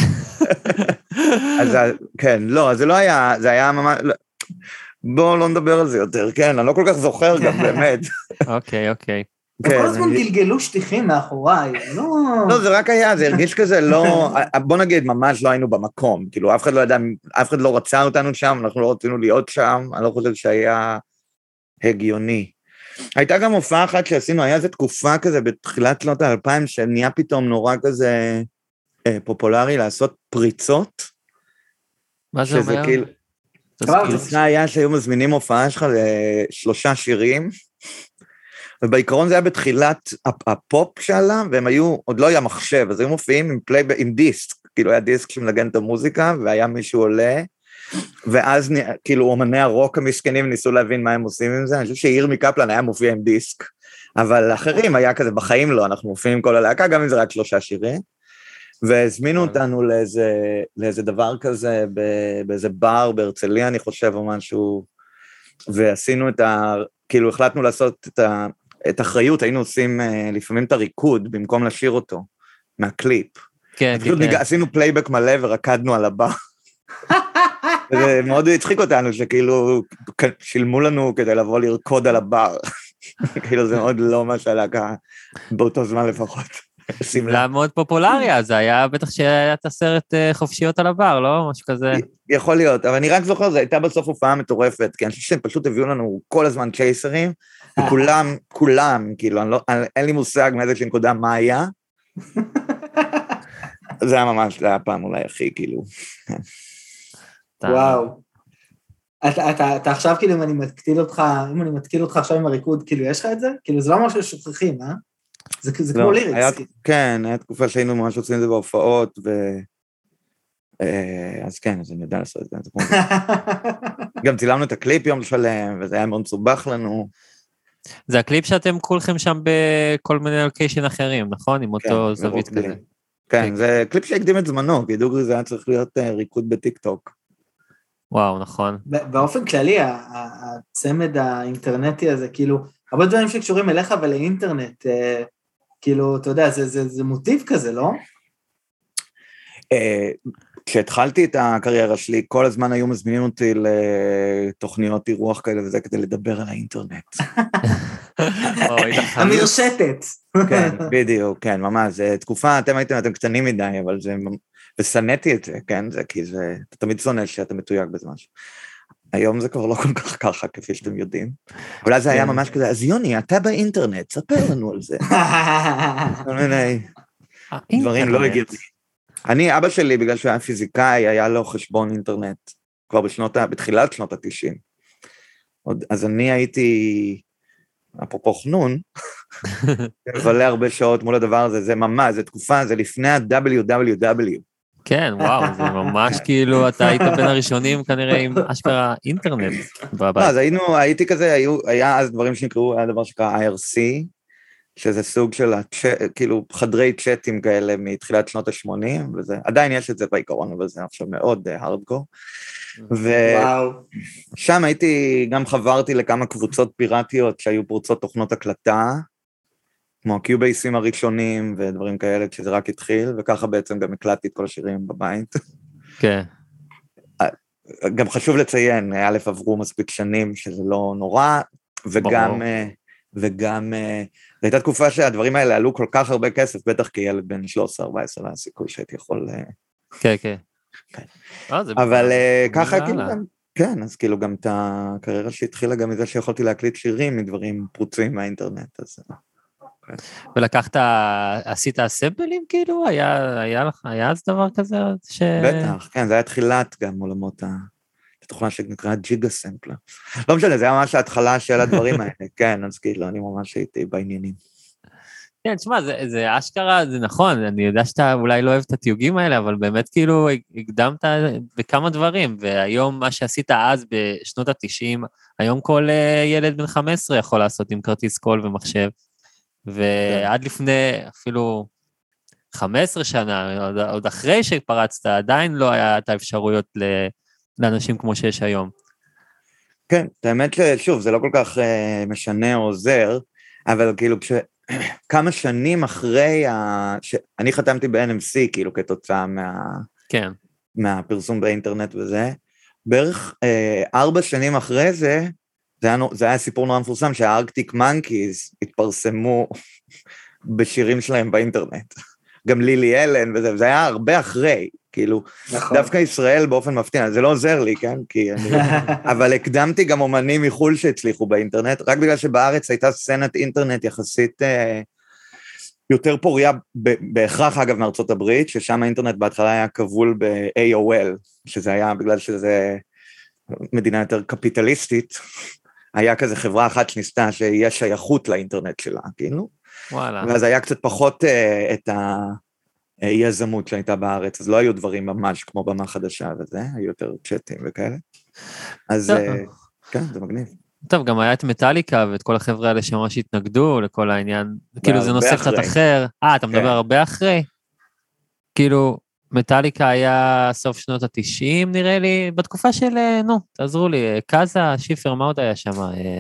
אז זה- כן, לא, אז זה לא היה, זה היה ממש... לא. בואו לא נדבר על זה יותר, כן, אני לא כל כך זוכר גם, באמת. אוקיי, אוקיי. הם כן, כל הזמן אני- גלגלו שטיחים מאחוריי, לא... לא, זה רק היה, זה הרגיש כזה לא, בוא נגיד, ממש לא היינו במקום, כאילו, אף אחד לא ידע, אף אחד לא רצה אותנו שם, אנחנו לא רצינו להיות שם, אני לא חושב שהיה הגיוני. הייתה גם הופעה אחת שעשינו, היה איזו תקופה כזה בתחילת שנות האלפיים, שנהיה פתאום נורא כזה אה, פופולרי לעשות פריצות, מה זה שזה אומר? כאילו, תזכיר. זה היה שהיו מזמינים הופעה שלך לשלושה שירים, ובעיקרון זה היה בתחילת הפ- הפופ שעלה, והם היו, עוד לא היה מחשב, אז היו מופיעים עם, פלי, עם דיסק, כאילו היה דיסק שמנגן את המוזיקה, והיה מישהו עולה, ואז נ- כאילו אומני הרוק המסכנים ניסו להבין מה הם עושים עם זה, אני חושב שירמי קפלן היה מופיע עם דיסק, אבל אחרים היה כזה, בחיים לא, אנחנו מופיעים עם כל הלהקה, גם אם זה רק שלושה שירים, והזמינו אותנו לאיזה, לאיזה דבר כזה, ב- באיזה בר בהרצליה, אני חושב, או משהו, ועשינו את ה... כאילו החלטנו לעשות את ה... את אחריות, היינו עושים uh, לפעמים את הריקוד, במקום לשיר אותו, מהקליפ. כן, פשוט כן, ניג... כן. עשינו פלייבק מלא ורקדנו על הבר. זה מאוד הצחיק אותנו, שכאילו שילמו לנו כדי לבוא לרקוד על הבר. כאילו זה מאוד לא מה שהלהקה, באותו זמן לפחות. זה היה מאוד פופולרי, אז זה היה בטח שהיה את הסרט אה, חופשיות על הבר, לא? משהו כזה. יכול להיות, אבל אני רק זוכר, זו הייתה בסוף הופעה מטורפת, כי אני חושב שהם פשוט הביאו לנו כל הזמן צ'ייסרים, וכולם, כולם, כאילו, אני לא, אין לי מושג מאיזושהי נקודה מה היה. זה היה ממש, זה היה פעם אולי הכי, כאילו. וואו. אתה, אתה, אתה עכשיו, כאילו, אם אני מתקיל אותך, אם אני מתקיל אותך עכשיו עם הריקוד, כאילו, יש לך את זה? כאילו, זה לא משהו ששוכחים, אה? זה, זה כמו לא, ליריקס. היה- כאילו. כן, היה תקופה שהיינו ממש עושים את זה בהופעות, ו... אז כן, אז אני יודע לעשות את זה. גם צילמנו את הקליפ יום שלם, וזה היה מאוד מסובך לנו. זה הקליפ שאתם כולכם שם בכל מיני לוקיישן אחרים, נכון? עם אותו זווית כזה. כן, זה קליפ שהקדים את זמנו, כי דוגרי זה היה צריך להיות ריקוד בטיק טוק. וואו, נכון. באופן כללי, הצמד האינטרנטי הזה, כאילו, הרבה דברים שקשורים אליך ולאינטרנט, כאילו, אתה יודע, זה מוטיב כזה, לא? כשהתחלתי את הקריירה שלי, כל הזמן היו מזמינים אותי לתוכניות אירוח כאלה וזה, כדי לדבר על האינטרנט. המרשתת. כן, בדיוק, כן, ממש, זה תקופה, אתם הייתם, אתם קטנים מדי, אבל זה, ושנאתי את זה, כן, זה כי זה, אתה תמיד שונא שאתה מתויג בזה משהו. היום זה כבר לא כל כך ככה, כפי שאתם יודעים. אבל אז זה היה ממש כזה, אז יוני, אתה באינטרנט, ספר לנו על זה. כל מיני דברים לא הגיעו. אני, אבא שלי, בגלל שהוא היה פיזיקאי, היה לו חשבון אינטרנט, כבר בשנות, בתחילת שנות ה-תשעים. אז אני הייתי, אפרופו חנון, מבלה הרבה שעות מול הדבר הזה, זה ממש, זה תקופה, זה לפני ה-דאבליו דאבליו דאבליו. כן, וואו, זה ממש כאילו, אתה היית בין הראשונים כנראה עם אשכרה אינטרנט. לא, אז היינו, הייתי כזה, היה אז דברים שנקראו, היה דבר שקרה איי אר סי, שזה סוג של, כאילו, חדרי צ'אטים כאלה מתחילת שנות ה-שמונים, וזה, עדיין יש את זה בעיקרון, אבל זה עכשיו מאוד הארדקור. ושם הייתי, גם חברתי לכמה קבוצות פיראטיות שהיו פורצות תוכנות הקלטה, כמו הקיובייסים הראשונים ודברים כאלה, כשזה רק התחיל, וככה בעצם גם הקלטתי את כל השירים בבית. כן. גם חשוב לציין, א' עברו מספיק שנים שזה לא נורא, וגם, וגם, זו הייתה תקופה שהדברים האלה עלו כל כך הרבה כסף, בטח כילד בין שלוש עשרה ארבע עשרה, הסיכוי שהייתי יכול... כן, כן. אבל ככה כאילו גם, כן, אז כאילו גם את הקריירה שהתחילה גם מזה שיכולתי להקליט שירים מדברים פרוצים מהאינטרנט, אז... ולקחת, עשית אסמבלים כאילו? היה לך, היה אז דבר כזה? בטח, כן, זה היה תחילת גם עולמות התוכנה שנקרא ג'יגה סמפלר. לא משנה, זה היה ממש ההתחלה של הדברים האלה, כן, אז כאילו, אני ממש הייתי בעניינים. כן, תשמע, זה אשכרה, זה נכון, אני יודע שאתה אולי לא אוהב את התיוגים האלה, אבל באמת כאילו הקדמת בכמה דברים, והיום מה שעשית אז בשנות ה-תשעים, היום כל ילד בן חמש עשרה יכול לעשות עם כרטיס קול ומחשב, ועד לפני אפילו חמש עשרה שנה, עוד, עוד אחרי שפרצת, עדיין לא היה את האפשרויות לאנשים כמו שיש היום. כן, האמת ששוב, זה לא כל כך uh, משנה או עוזר, אבל כאילו כש... כמה שנים אחרי, ה... ש... אני חתמתי ב-אן אם סי, כאילו כתוצאה מה... כן. מהפרסום באינטרנט וזה, בערך uh, ארבע שנים אחרי זה, זה היה, זה היה סיפור נורא מפורסם, שהארקטיק מנקיז התפרסמו בשירים שלהם באינטרנט. גם לילי אלן וזה, זה היה הרבה אחרי, כאילו, נכון. דווקא ישראל באופן מפתיע, זה לא עוזר לי, כן? כי אני, אבל הקדמתי גם אומנים מחול שהצליחו באינטרנט, רק בגלל שבארץ הייתה סצנת אינטרנט יחסית אה, יותר פוריה, בהכרח אגב מארצות הברית, ששם האינטרנט בהתחלה היה כבול ב-איי או אל, שזה היה בגלל שזה מדינה יותר קפיטליסטית, היה כזה חברה אחת שניסתה שיש שייכות לאינטרנט שלה, כאילו. וואלה. ואז היה קצת פחות uh, את היזמות שהייתה בארץ, אז לא היו דברים ממש כמו במה חדשה וזה, היו יותר צ'אטים וכאלה. אז uh, כן, זה מגניב. טוב, גם היה את מטליקה ואת כל החבר'ה האלה שממש התנגדו לכל העניין, כאילו זה נושא קצת אחר. אה, אתה מדבר הרבה אחרי? כאילו... מטליקה היה סוף שנות ה-תשעים, נראה לי, בתקופה של, נו, תעזרו לי, קאזה, שיפר, מה עוד היה שם?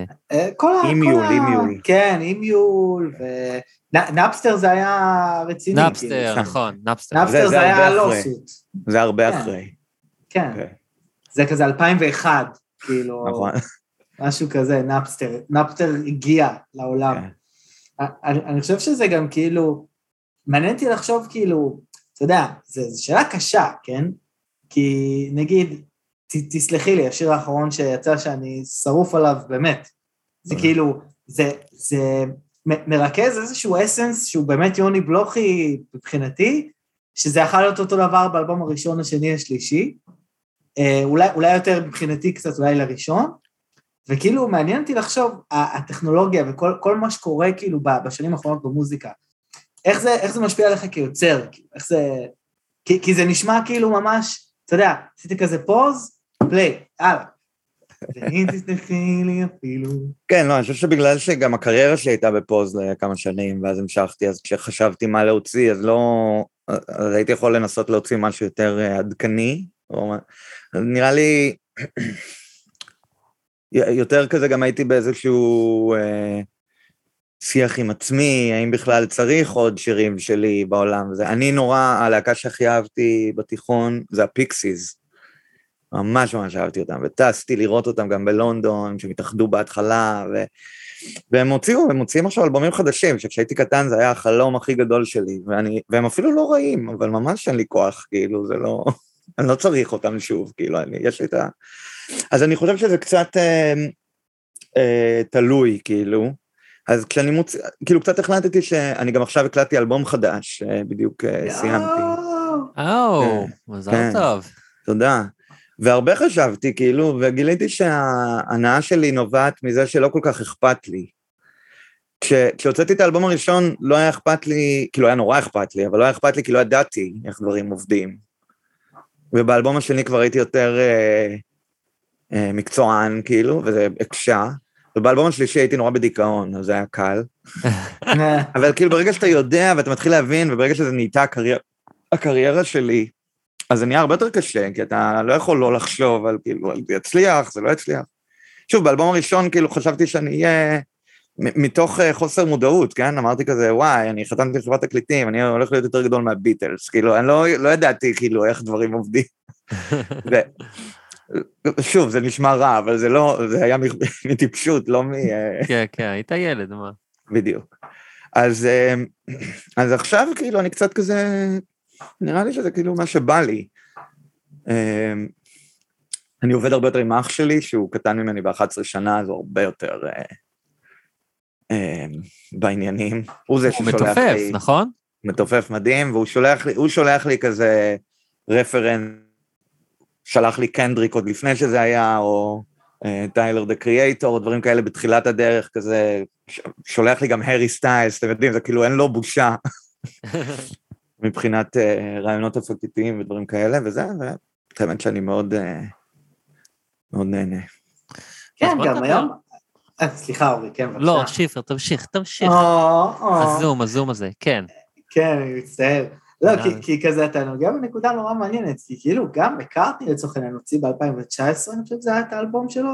אימיול, אימיול. כן, אימיול, ונאפסטר זה היה רציני. נאפסטר, נכון, נאפסטר. נאפסטר זה היה לוסות. זה הרבה אחרי. כן, זה כזה אלפיים ואחת, כאילו, משהו כזה, נאפסטר. נאפסטר הגיע לעולם. אני חושב שזה גם כאילו, מעניינתי לחשוב כאילו, אתה יודע, זו שאלה קשה, כן? כי נגיד, ת, תסלחי לי, השיר האחרון שיצא שאני שרוף עליו, באמת, זה כאילו, זה, זה מרכז איזשהו אסנס שהוא באמת יוני בלוכי מבחינתי, שזה יכול להיות אותו דבר באלבום הראשון, השני, השלישי, אולי, אולי יותר מבחינתי קצת, אולי לראשון, וכאילו מעניין אותי לחשוב, הטכנולוגיה וכל כל מה שקורה כאילו בשנים האחרונות במוזיקה, איך זה, איך זה משפיע עליך כיוצר? איך זה, כי, כי זה נשמע כאילו ממש, אתה יודע, עשיתי כזה פוז, פליי, הלאה. ואם תסתכלי לי אפילו. כן, לא, אני חושב שבגלל שגם הקריירה שלי הייתה בפוז לכמה שנים, ואז המשכתי, אז כשחשבתי מה להוציא, אז לא, אז הייתי יכול לנסות להוציא משהו יותר עדכני, או, נראה לי, יותר כזה גם הייתי באיזשהו אה, שיח עם עצמי, האם בכלל צריך עוד שירים שלי בעולם, וזה, אני נורא, הלהקה שהכי אהבתי בתיכון, זה הפיקסיז, ממש ממש אהבתי אותם, וטסתי לראות אותם גם בלונדון, שהם התאחדו בהתחלה, ו... והם הוציאו, הם מוציאים עכשיו אלבומים חדשים, שכשהייתי קטן זה היה החלום הכי גדול שלי, ואני... והם אפילו לא רעים, אבל ממש אין לי כוח, כאילו, זה לא... אני לא צריך אותם שוב, כאילו, אני... יש לי את ה... אז אני חושב שזה קצת אה, אה, תלוי, כאילו, אז כשאני מוציא, כאילו, קצת החלטתי שאני גם עכשיו הקלטתי אלבום חדש, בדיוק סיימתי. או, מזל טוב. תודה. והרבה חשבתי, כאילו, וגיליתי שההנאה שלי נובעת מזה שלא כל כך אכפת לי. כשהוצאתי את האלבום הראשון, לא היה אכפת לי, כאילו, היה נורא אכפת לי, אבל לא היה אכפת לי, כי לא ידעתי איך דברים עובדים. ובאלבום השני כבר הייתי יותר אה, אה, מקצוען, כאילו, וזה הקשה. ובאלבום השלישי הייתי נורא בדיכאון, אז זה היה קל. אבל כאילו, ברגע שאתה יודע, ואתה מתחיל להבין, וברגע שזה נהייתה הקריירה, הקריירה שלי, אז זה נהיה הרבה יותר קשה, כי אתה לא יכול לא לחשוב על כאילו, זה יצליח, זה לא יצליח. שוב, באלבום הראשון, כאילו, חשבתי שאני אהיה, מתוך חוסר מודעות, כן? אמרתי כזה, וואי, אני חתמתי לחברת תקליטים, אני הולך להיות יותר גדול מהביטלס, כאילו, אני לא, לא ידעתי, כאילו, איך דברים עובדים. ו... שוב, זה נשמע רע, אבל זה לא, זה היה מטיפשות, לא מ... כן, כן, היית ילד, מה? בדיוק. אז, אז עכשיו, כאילו, אני קצת כזה... נראה לי שזה כאילו מה שבא לי. אני עובד הרבה יותר עם אח שלי, שהוא קטן ממני ב-אחת עשרה שנה, אז הוא הרבה יותר בעניינים. הוא זה ששולח לי... הוא מתופף, נכון? מתופף מדהים, והוא שולח לי, הוא שולח לי כזה רפרנס, שלח לי קנדריק עוד לפני שזה היה, או טיילר דה קריאייטור, או דברים כאלה בתחילת הדרך, כזה, שולח לי גם הרי סטיילס, אתם יודעים, זה כאילו אין לו בושה. מבחינת רעיונות הפקטיתיים ודברים כאלה, וזה, ובאמת שאני מאוד, מאוד נהנה. כן, גם היום... סליחה, אורי, כן, בבקשה. לא, שיפר, תמשיך, תמשיך. הזום, הזום הזה, כן. כן, אני מצטער. לא, כי כזה אתה נוגע בנקודה נורא מעניינת, כי כאילו גם מקארטני לצורך העניין, הוציא ב-אלפיים תשע עשרה, אני חושב שזה היה את האלבום שלו,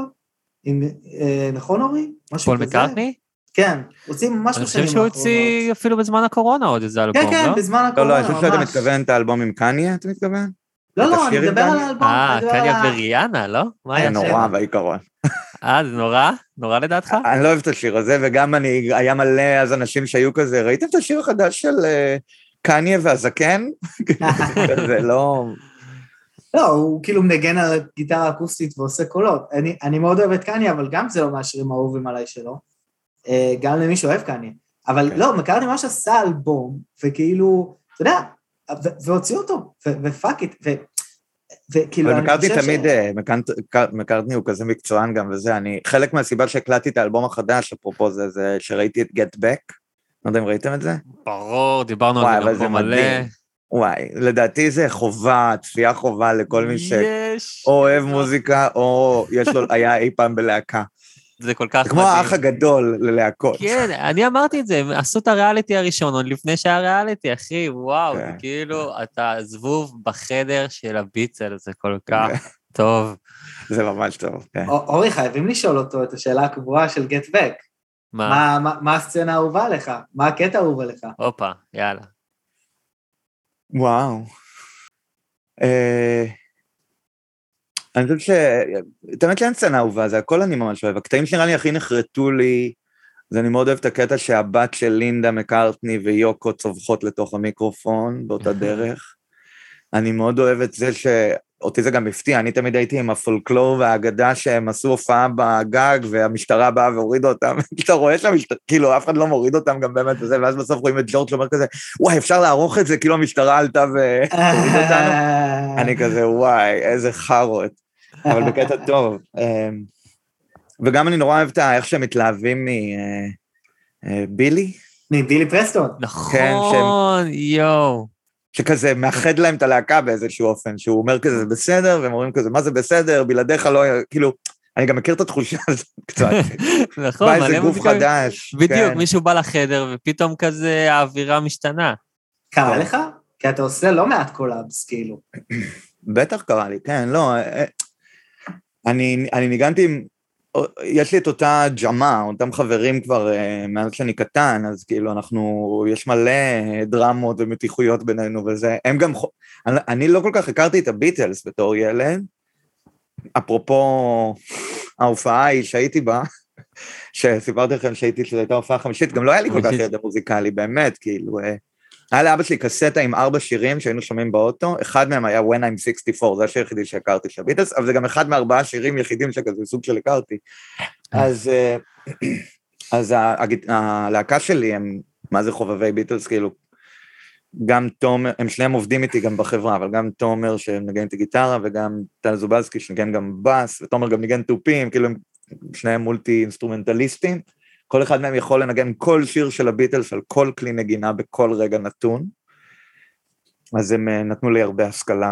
נכון, אורי? פול מקארטני? כן, הוציא ממש בשנים האחרונות. אני חושב שהוא הוציא אפילו בזמן הקורונה עוד איזה אלבום, לא? כן, כן, בזמן הקורונה, ממש. לא, לא, אני חושב שאתה מתכוון את האלבום עם קניה, אתה מתכוון? לא, לא, אני מדבר על האלבום. אה, קניה וריאנה, לא? זה נורא בעיקרון. אה, זה נורא? נורא לדעתך? אני לא אוהב את השיר הזה, וגם אני, היה מלא אז אנשים שהיו כזה, ראיתם את השיר החדש של קניה והזקן? זה לא... לא, הוא כאילו מנגן על גיטרה אקוסטית ועושה קולות. אני, אני מאוד אוהב את קניה, אבל גם זה לא מהשירים האהובים עליי שלו. גם למי שאוהב קניה. אבל לא, מקארטני ממש עשה אלבום, וכאילו, אתה יודע, והוציא אותו, ופאק איט, וכאילו... אבל מקארטני תמיד, מקארטני הוא כזה מקצוען גם וזה, אני, חלק מהסיבה שהקלטתי את האלבום החדש, אפרופו זה, זה שראיתי את Get Back, לא יודע אם ראיתם את זה? ברור, דיברנו על זה גם מלא. וואי, לדעתי זה חובה, צפייה חובה לכל מי שאוהב מוזיקה, או יש לו, היה אי פעם בלהקה. זה כל כך... כמו האח הגדול ללהקות. כן, אני אמרתי את זה, הם עשו את הריאליטי הראשון, עוד לפני שהיה ריאליטי, אחי, וואו, זה כאילו, אתה זבוב בחדר של הביצל, זה כל כך טוב. זה ממש טוב, כן. אורי, חייבים לשאול אותו את השאלה הקבועה של Get Back. מה? מה הסצנה האהובה לך? מה הקטע האהובה לך? הופה, יאללה. וואו. אני חושב ש... תמיד אין סצנה אהובה, זה הכל אני ממש אוהב. הקטעים שנראה לי הכי נחרטו לי, זה אני מאוד אוהב את הקטע שהבת של לינדה מקארטני ויוקו צווחות לתוך המיקרופון, באותה דרך. אני מאוד אוהב את זה שאותי זה גם הפתיע, אני תמיד הייתי עם הפולקלור והאגדה שהם עשו הופעה בגג, והמשטרה באה והורידה אותם, אתה רואה שהמשטרה, כאילו אף אחד לא מוריד אותם גם באמת וזה, ואז בסוף רואים את ג'ורג' שאומר כזה, וואי, אפשר לערוך את זה, כאילו המשטרה עלתה והוריד אותנו. אני כזה, וואי, איזה חרות. אבל בקטע טוב. וגם אני נורא אוהב את איך שהם מתלהבים מבילי. מבילי פרסטון. נכון, יואו. שכזה מאחד להם את הלהקה באיזשהו אופן, שהוא אומר כזה, זה בסדר, והם אומרים כזה, מה זה בסדר, בלעדיך לא, כאילו, אני גם מכיר את התחושה הזאת קצת. נכון, בא איזה גוף חדש. בדיוק, מישהו בא לחדר, ופתאום כזה האווירה משתנה. קרה לך? כי אתה עושה לא מעט קולאבס, כאילו. בטח קרה לי, כן, לא. אני, אני ניגנתי עם, יש לי את אותה ג'מה, אותם חברים כבר מאז שאני קטן, אז כאילו אנחנו, יש מלא דרמות ומתיחויות בינינו וזה, הם גם, אני, אני לא כל כך הכרתי את הביטלס בתור ילד, אפרופו ההופעה ההיא שהייתי בה, שסיפרתי לכם שהייתי, שזו הייתה הופעה חמישית, גם לא היה לי כל כך ידע מוזיקלי, באמת, כאילו, היה לאבא שלי קסטה עם ארבע שירים שהיינו שומעים באוטו, אחד מהם היה When I'm שישים וארבע, זה השיר היחידי שהכרתי של ביטלס, אבל זה גם אחד מארבעה שירים יחידים שכזה סוג של הכרתי. אז, אז הלהקה שלי הם, מה זה חובבי ביטלס, כאילו, גם תומר, הם שניהם עובדים איתי גם בחברה, אבל גם תומר שנגן את הגיטרה, וגם טל זובלסקי שנגן גם בס, ותומר גם נגן טופים, כאילו הם שניהם מולטי אינסטרומנטליסטים, כל אחד מהם יכול לנגן כל שיר של הביטלס, על כל כלי נגינה בכל רגע נתון, אז הם נתנו לי הרבה השכלה.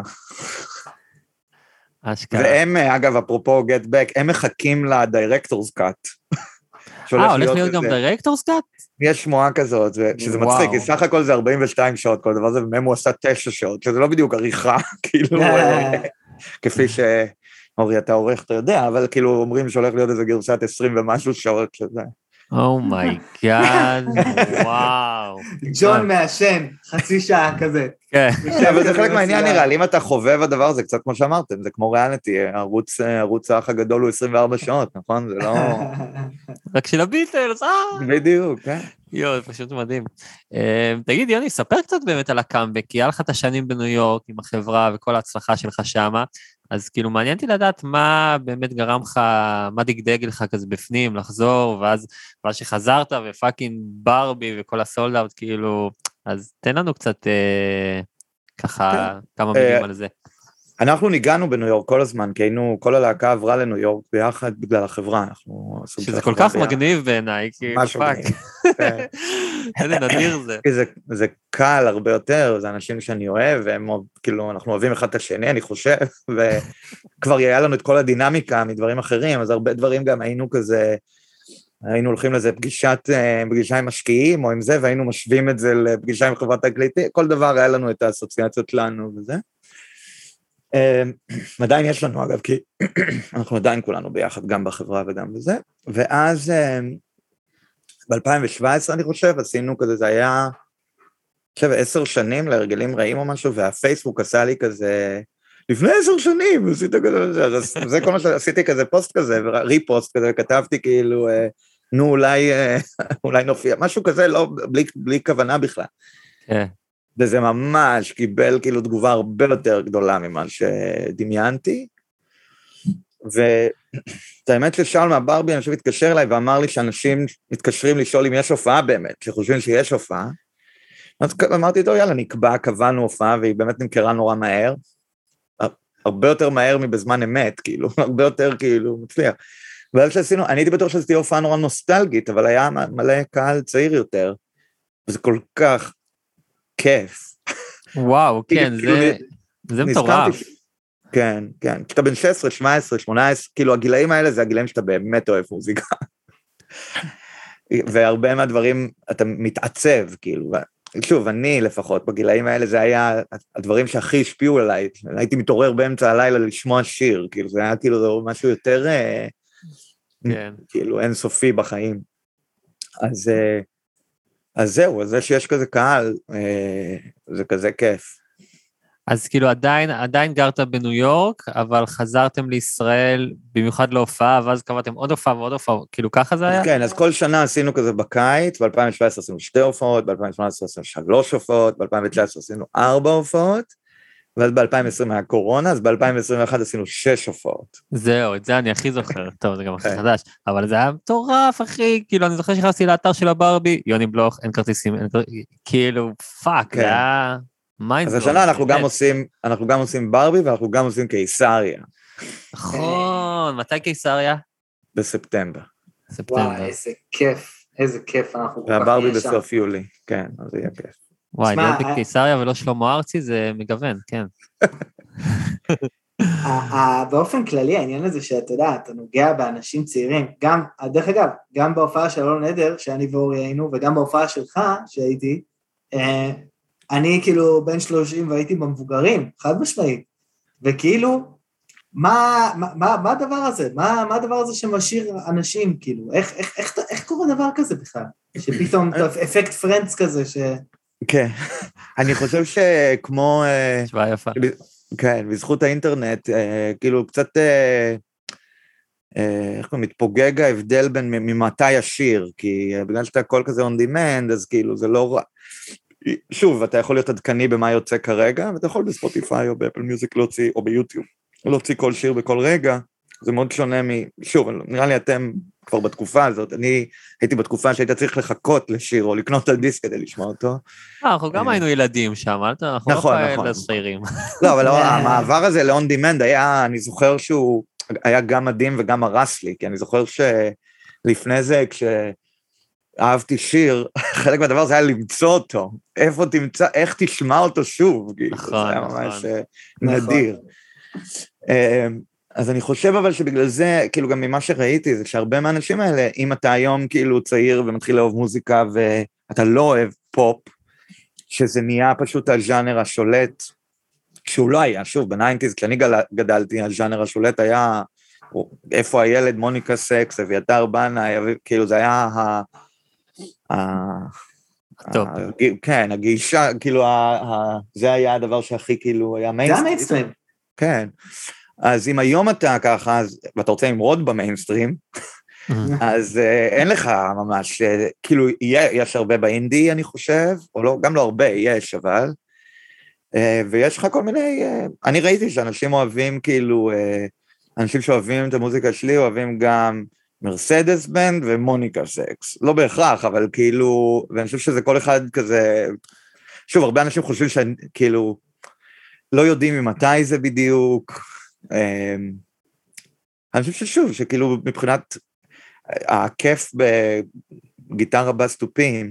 השכלה. והם, אגב, אפרופו Get Back, הם מחכים לדיירקטורס קאט. אה, הולך להיות גם דיירקטורס קאט? יש שמועה כזאת, שזה מצחיק, כי סך הכל זה ארבעים ושתיים שעות, כל דבר זה, ומהם הוא עשה תשע שעות, שזה לא בדיוק עריכה, כאילו, כפי שאורי, אתה עורך, אתה יודע, אבל כאילו אומרים שהולך להיות איזה גרסת עשרים ומשהו שעות, שזה... אומייגאד, וואו. ג'ון מעשן, חצי שעה כזה. כן. אבל זה חלק מהעניין נראה, אם אתה חובב הדבר הזה, קצת כמו שאמרתם, זה כמו ריאליטי, ערוץ האח הגדול הוא עשרים וארבע שעות, נכון? זה לא... רק של הביטלס, אה! בדיוק, כן. יואו, זה פשוט מדהים. תגיד, יוני, ספר קצת באמת על הקאמבק, כי היה לך את השנים בניו יורק עם החברה וכל ההצלחה שלך שמה, אז כאילו מעניין אותי לדעת מה באמת גרם לך, מה דגדג לך כזה בפנים, לחזור, ואז, ואז שחזרת ופאקינג ברבי וכל הסולד אאוט, כאילו, אז תן לנו קצת אה, ככה כן. כמה מילים אה, על זה. אנחנו ניגענו בניו יורק כל הזמן, כי היינו, כל הלהקה עברה לניו יורק ביחד בגלל החברה, אנחנו... שזה כל כך ביחד. מגניב בעיניי, כי פאק. איזה נדיר זה. זה. זה קל הרבה יותר, זה אנשים שאני אוהב, והם כאילו, אנחנו אוהבים אחד את השני, אני חושב, וכבר היה לנו את כל הדינמיקה מדברים אחרים, אז הרבה דברים גם היינו כזה, היינו הולכים לזה פגישת, פגישה עם משקיעים, או עם זה, והיינו משווים את זה לפגישה עם חברת תקליטים, כל דבר היה לנו את האסוציאציות שלנו וזה. עדיין יש לנו אגב, כי אנחנו עדיין כולנו ביחד, גם בחברה וגם בזה, ואז ב-אלפיים שבע עשרה אני חושב, עשינו כזה, זה היה, אני חושב, עשר שנים להרגלים רעים או משהו, והפייסבוק עשה לי כזה, לפני עשר שנים, עשית כזה, אז זה כל מה שעשיתי כזה פוסט כזה, ריפוסט כזה, כתבתי כאילו, נו אולי, אולי נופיע, משהו כזה, לא, בלי, בלי כוונה בכלל. כן. וזה ממש קיבל כאילו תגובה הרבה יותר גדולה ממה שדמיינתי, ואת האמת ששאול מהברבי, אני חושב, התקשר אליי ואמר לי שאנשים מתקשרים לשאול אם יש הופעה באמת, שחושבים שיש הופעה, אז אמרתי לו, יאללה, נקבע, קבענו הופעה, והיא באמת נמכרה נורא מהר, הרבה יותר מהר מבזמן אמת, כאילו, הרבה יותר כאילו מצליח, ואז שעשינו, אני הייתי בטוח שעשיתי הופעה נורא נוסטלגית, אבל היה מלא קהל צעיר יותר, וזה כל כך, כיף. וואו, כן, זה מטורף. כן, כן, כשאתה בן שש עשרה, שבע עשרה, שמונה עשרה, כאילו הגילאים האלה זה הגילאים שאתה באמת אוהב מוזיקה. והרבה מהדברים אתה מתעצב, כאילו, שוב, אני לפחות, בגילאים האלה זה היה הדברים שהכי השפיעו עליי, הייתי מתעורר באמצע הלילה לשמוע שיר, כאילו זה היה כאילו משהו יותר, כאילו אינסופי בחיים. אז... אז זהו, אז זה שיש כזה קהל, זה כזה כיף. אז כאילו עדיין, עדיין גרת בניו יורק, אבל חזרתם לישראל במיוחד להופעה, ואז קבעתם עוד הופעה ועוד הופעה, כאילו ככה זה היה? כן, אז כל שנה עשינו כזה בקיץ, ב-אלפיים שבע עשרה עשינו שתי הופעות, ב-אלפיים שמונה עשרה עשינו שלוש הופעות, ב-אלפיים תשע עשרה עשינו ארבע הופעות, ואז ב-אלפיים עשרים היה קורונה, אז ב-אלפיים עשרים ואחת עשינו שש הופעות. זהו, את זה אני הכי זוכר, טוב, זה גם הכי חדש, אבל זה היה מטורף, אחי, כאילו, אני זוכר שחרסתי לאתר של הברבי, יוני בלוך, אין כרטיסים, כאילו, פאק, זה היה מיינד. אז השנה אנחנו גם עושים, אנחנו גם עושים ברבי, ואנחנו גם עושים קיסריה. נכון, מתי קיסריה? בספטמבר. וואו, איזה כיף, איזה כיף, אנחנו כל כך והברבי בסוף יולי, כן, אז זה יהיה כיף. וואי, להיות בקיסריה ולא שלמה ארצי, זה מגוון, כן. באופן כללי, העניין הזה שאתה יודע, אתה נוגע באנשים צעירים, גם, דרך אגב, גם בהופעה של אלון נדר, שאני ואורי היינו, וגם בהופעה שלך, שהייתי, אני כאילו בן שלושים והייתי במבוגרים, חד משמעית, וכאילו, מה, מה, מה הדבר הזה? מה, מה הדבר הזה שמשאיר אנשים, כאילו? איך, איך, איך, איך קורה דבר כזה בכלל? שפתאום אפקט פרנדס כזה ש... כן, אני חושב שכמו... תשווה יפה. כן, בזכות האינטרנט, כאילו קצת, איך קוראים, מתפוגג ההבדל בין ממתי השיר, כי בגלל שאתה הכל כזה on demand, אז כאילו זה לא רע. שוב, אתה יכול להיות עדכני במה יוצא כרגע, ואתה יכול בספוטיפיי או באפל מיוזיק להוציא, או ביוטיוב, להוציא כל שיר בכל רגע, זה מאוד שונה מ... שוב, נראה לי אתם כבר בתקופה הזאת, אני הייתי בתקופה שהיית צריך לחכות לשיר, או לקנות על דיסק כדי לשמוע אותו. אנחנו גם היינו ילדים שם, אנחנו לא כאלה צעירים. לא, אבל המעבר הזה ל-on demand היה, אני זוכר שהוא היה גם מדהים וגם הרס לי, כי אני זוכר שלפני זה, כשאהבתי שיר, חלק מהדבר הזה היה למצוא אותו, איפה תמצא, איך תשמע אותו שוב, נכון, זה היה ממש נדיר. אז אני חושב אבל שבגלל זה, כאילו גם ממה שראיתי, זה שהרבה מהאנשים האלה, אם אתה היום כאילו צעיר ומתחיל לאהוב מוזיקה, ואתה לא אוהב פופ, שזה נהיה פשוט הז'אנר השולט, שהוא לא היה, שוב, בניינטיז, כשאני גדלתי, הז'אנר השולט היה, איפה הילד, מוניקה סקס, אביתר בנה, כאילו זה היה טוב. כן, הגישה, כאילו, זה היה הדבר שהכי כאילו היה מיינסטרים. זה המיינסטרים. כן. אז אם היום אתה ככה, ואתה רוצה למרוד במיינסטרים, אז אין לך ממש, כאילו, יש הרבה באינדי, אני חושב, או לא, גם לא הרבה, יש, אבל, ויש לך כל מיני, אני ראיתי שאנשים אוהבים, כאילו, אנשים שאוהבים את המוזיקה שלי, אוהבים גם מרסדס בנד ומוניקה סקס, לא בהכרח, אבל כאילו, ואני חושב שזה כל אחד כזה, שוב, הרבה אנשים חושבים שכאילו, לא יודעים ממתי זה בדיוק, אני חושב ששוב, שכאילו מבחינת הכיף בגיטרה בסטופים,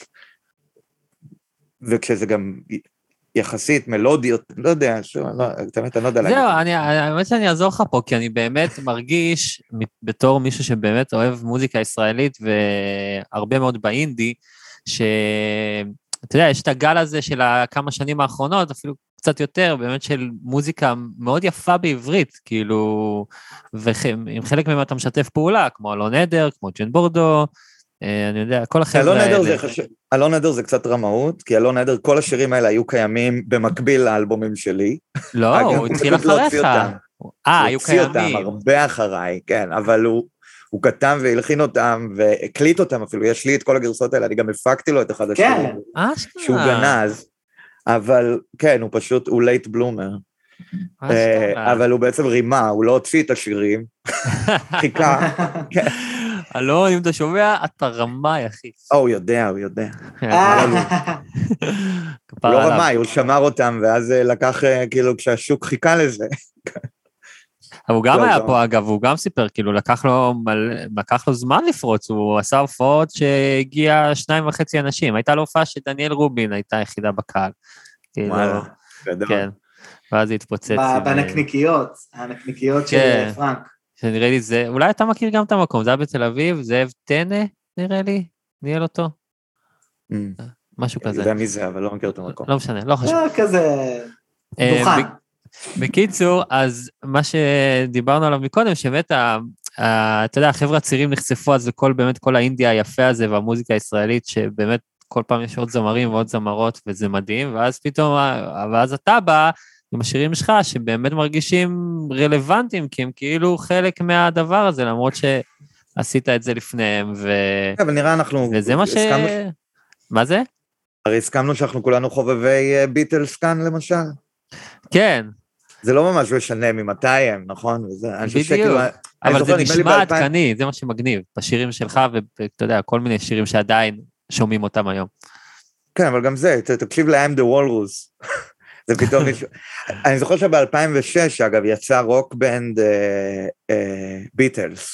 וכשזה גם יחסית מלודיות, לא יודע, שוב, באמת אני לא יודע להגיד. זהו, האמת שאני אעזור לך פה, כי אני באמת מרגיש, בתור מישהו שבאמת אוהב מוזיקה ישראלית, והרבה מאוד באינדי, שאתה יודע, יש את הגל הזה של כמה שנים האחרונות, אפילו קצת יותר, באמת של מוזיקה מאוד יפה בעברית, כאילו, ועם חלק מהם אתה משתף פעולה, כמו אלון נדר, כמו ג'ן בורדו, אני יודע, כל החבר'ה האלה. אלון נדר זה קצת רמאות, כי אלון נדר, כל השירים האלה היו קיימים במקביל לאלבומים שלי. לא, הוא התחיל אחריך. אה, היו קיימים. הוא הוציא אותם הרבה אחריי, כן, אבל הוא... הוא כתב והלחין אותם, והקליט אותם אפילו, יש לי את כל הגרסות האלה, אני גם הפקתי לו את אחד השירים, שהוא גנז, אבל כן, הוא פשוט, הוא לייט בלומר, אבל הוא בעצם רימה, הוא לא הוציא את השירים, חיכה. אלון, אם אתה שומע, אתה רמאי, אחי. הוא יודע, הוא יודע. הוא לא רמאי, הוא שמר אותם, ואז לקח, כאילו, כשהשוק חיכה לזה. אבל הוא גם היה פה, אגב, הוא גם סיפר, כאילו, לקח לו, לקח לו זמן לפרוץ, הוא עשה הופעות שהגיע שניים וחצי אנשים, הייתה לו הופעה שדניאל רובין הייתה יחידה בקהל. וואלה, גדול. כן, ואז זה התפוצץ. בנקניקיות, הנקניקיות של פרנק. שנראה לי זה, אולי אתה מכיר גם את המקום, זה היה בתל אביב, זאב טנא, נראה לי, ניהל אותו. משהו כזה. אני יודע מי זה, אבל לא מכיר את המקום. לא משנה, לא חשוב. כזה דוכן. בקיצור, אז מה שדיברנו עליו מקודם, שבאמת, אתה יודע, החבר'ה הצעירים נחשפו אז לכל, באמת כל האינדיה היפה הזה, והמוזיקה הישראלית, שבאמת כל פעם יש עוד זמרים ועוד זמרות, וזה מדהים, ואז פתאום, ואז אתה בא, עם השירים שלך, שבאמת מרגישים רלוונטיים, כי הם כאילו חלק מהדבר הזה, למרות שעשית את זה לפניהם, ו... אבל נראה אנחנו... וזה מה ש... מה זה? הרי הסכמנו שאנחנו כולנו חובבי ביטלס כאן, למשל. כן. זה לא ממש משנה ממתי הם, נכון? בדיוק. אבל זה נשמע עדכני, זה מה שמגניב, בשירים שלך, ואתה יודע, כל מיני שירים שעדיין שומעים אותם היום. כן, אבל גם זה, תקשיב ל-I'm the Walrus. זה פתאום מישהו... אני זוכר שב-אלפיים ושש, אגב, יצא רוק בנד ביטלס,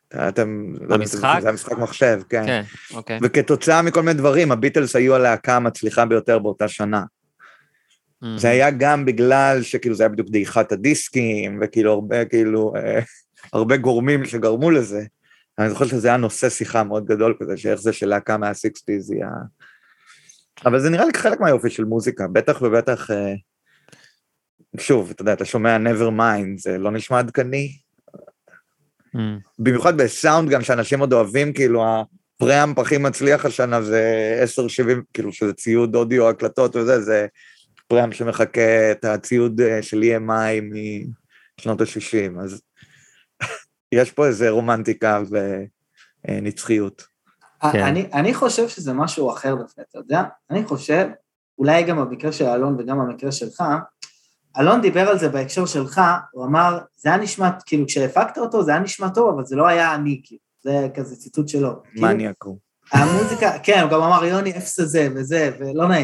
אתם... המשחק? זה המשחק מחשב, כן. כן, אוקיי. וכתוצאה מכל מיני דברים, הביטלס היו הלהקה המצליחה ביותר באותה שנה. זה היה גם בגלל שכאילו זה היה בדיוק דעיכת הדיסקים, וכאילו הרבה, כאילו, הרבה גורמים שגרמו לזה. אני זוכר שזה היה נושא שיחה מאוד גדול כזה, שאיך זה שלהקה מה-שישים זה היה... אבל זה נראה לי חלק מהיופי של מוזיקה, בטח ובטח... שוב, אתה יודע, אתה שומע never mind, זה לא נשמע עדכני. במיוחד בסאונד גם שאנשים עוד אוהבים, כאילו הפראמפ הכי מצליח השנה זה עשר שבעים, כאילו שזה ציוד אודיו, הקלטות וזה, זה פראמפ שמחכה את הציוד של E M I משנות ה-שישים, אז יש פה איזה רומנטיקה ונצחיות. אני, אני חושב שזה משהו אחר דווקא, אתה יודע? אני חושב, אולי גם במקרה של אלון וגם במקרה שלך, אלון דיבר על זה בהקשר שלך, הוא אמר, זה היה נשמע, כאילו כשהפקת אותו, זה היה נשמע טוב, אבל זה לא היה אני, כאילו, זה כזה ציטוט שלו. מניאק הוא. המוזיקה, כן, הוא גם אמר, יוני, אפס זה וזה, ולא נעים.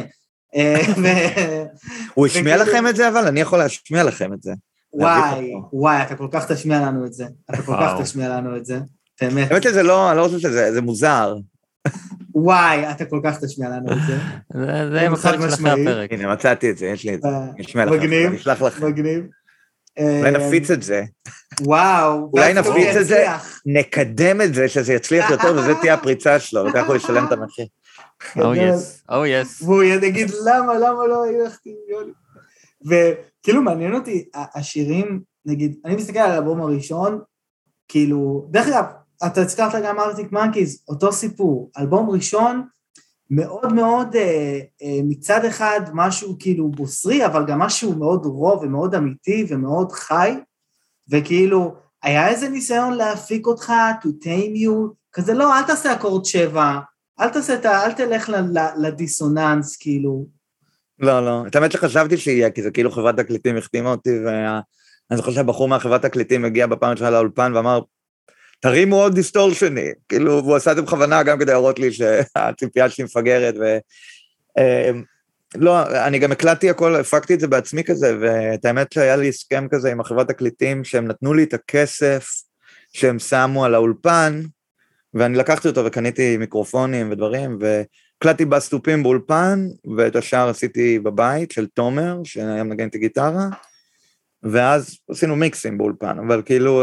הוא השמיע לכם את זה, אבל אני יכול להשמיע לכם את זה. וואי, וואי, אתה כל כך תשמיע לנו את זה, אתה כל כך תשמיע לנו את זה, באמת. באמת שזה לא, אני לא חושב שזה, זה מוזר. וואי, אתה כל כך תשמיע לנו את זה. זה מחלק של אחרי הפרק. הנה, מצאתי את זה, יש לי את זה. נשמיע לכם, אני אשלח לכם. מגניב. אולי נפיץ את זה. וואו. אולי נפיץ את זה, נקדם את זה, שזה יצליח יותר, וזה תהיה הפריצה שלו, וכך הוא ישלם את המחיר. או יס, או יס. והוא יגיד, למה, למה לא הלכתי עם יוני? וכאילו מעניין אותי, השירים, נגיד, אני מסתכל על האלבום הראשון, כאילו, דרך אגב, אתה הזכרת גם ארטיק מנקיז, אותו סיפור, אלבום ראשון, מאוד מאוד, אה, אה, מצד אחד, משהו כאילו בוסרי, אבל גם משהו מאוד רוב ומאוד אמיתי ומאוד חי, וכאילו, היה איזה ניסיון להפיק אותך, to tame you, כזה לא, אל תעשה אקורד שבע, אל תעשה את ה... אל תלך לדיסוננס, כאילו. לא, לא. את האמת שחשבתי שיהיה, כי זה כאילו חברת תקליטים החתימה אותי, ואני זוכר שהבחור מהחברת תקליטים הגיע בפעם שלה לאולפן ואמר, תרימו עוד דיסטורשני, כאילו, והוא עשה את זה בכוונה גם כדי להראות לי שהציפייה שלי מפגרת, ו... לא, אני גם הקלטתי הכל, הפקתי את זה בעצמי כזה, ואת האמת שהיה לי הסכם כזה עם החברת תקליטים, שהם נתנו לי את הכסף שהם שמו על האולפן, ואני לקחתי אותו וקניתי מיקרופונים ודברים, והקלטתי בסטופים באולפן, ואת השאר עשיתי בבית של תומר, שהיה מנגן את הגיטרה, ואז עשינו מיקסים באולפן, אבל כאילו,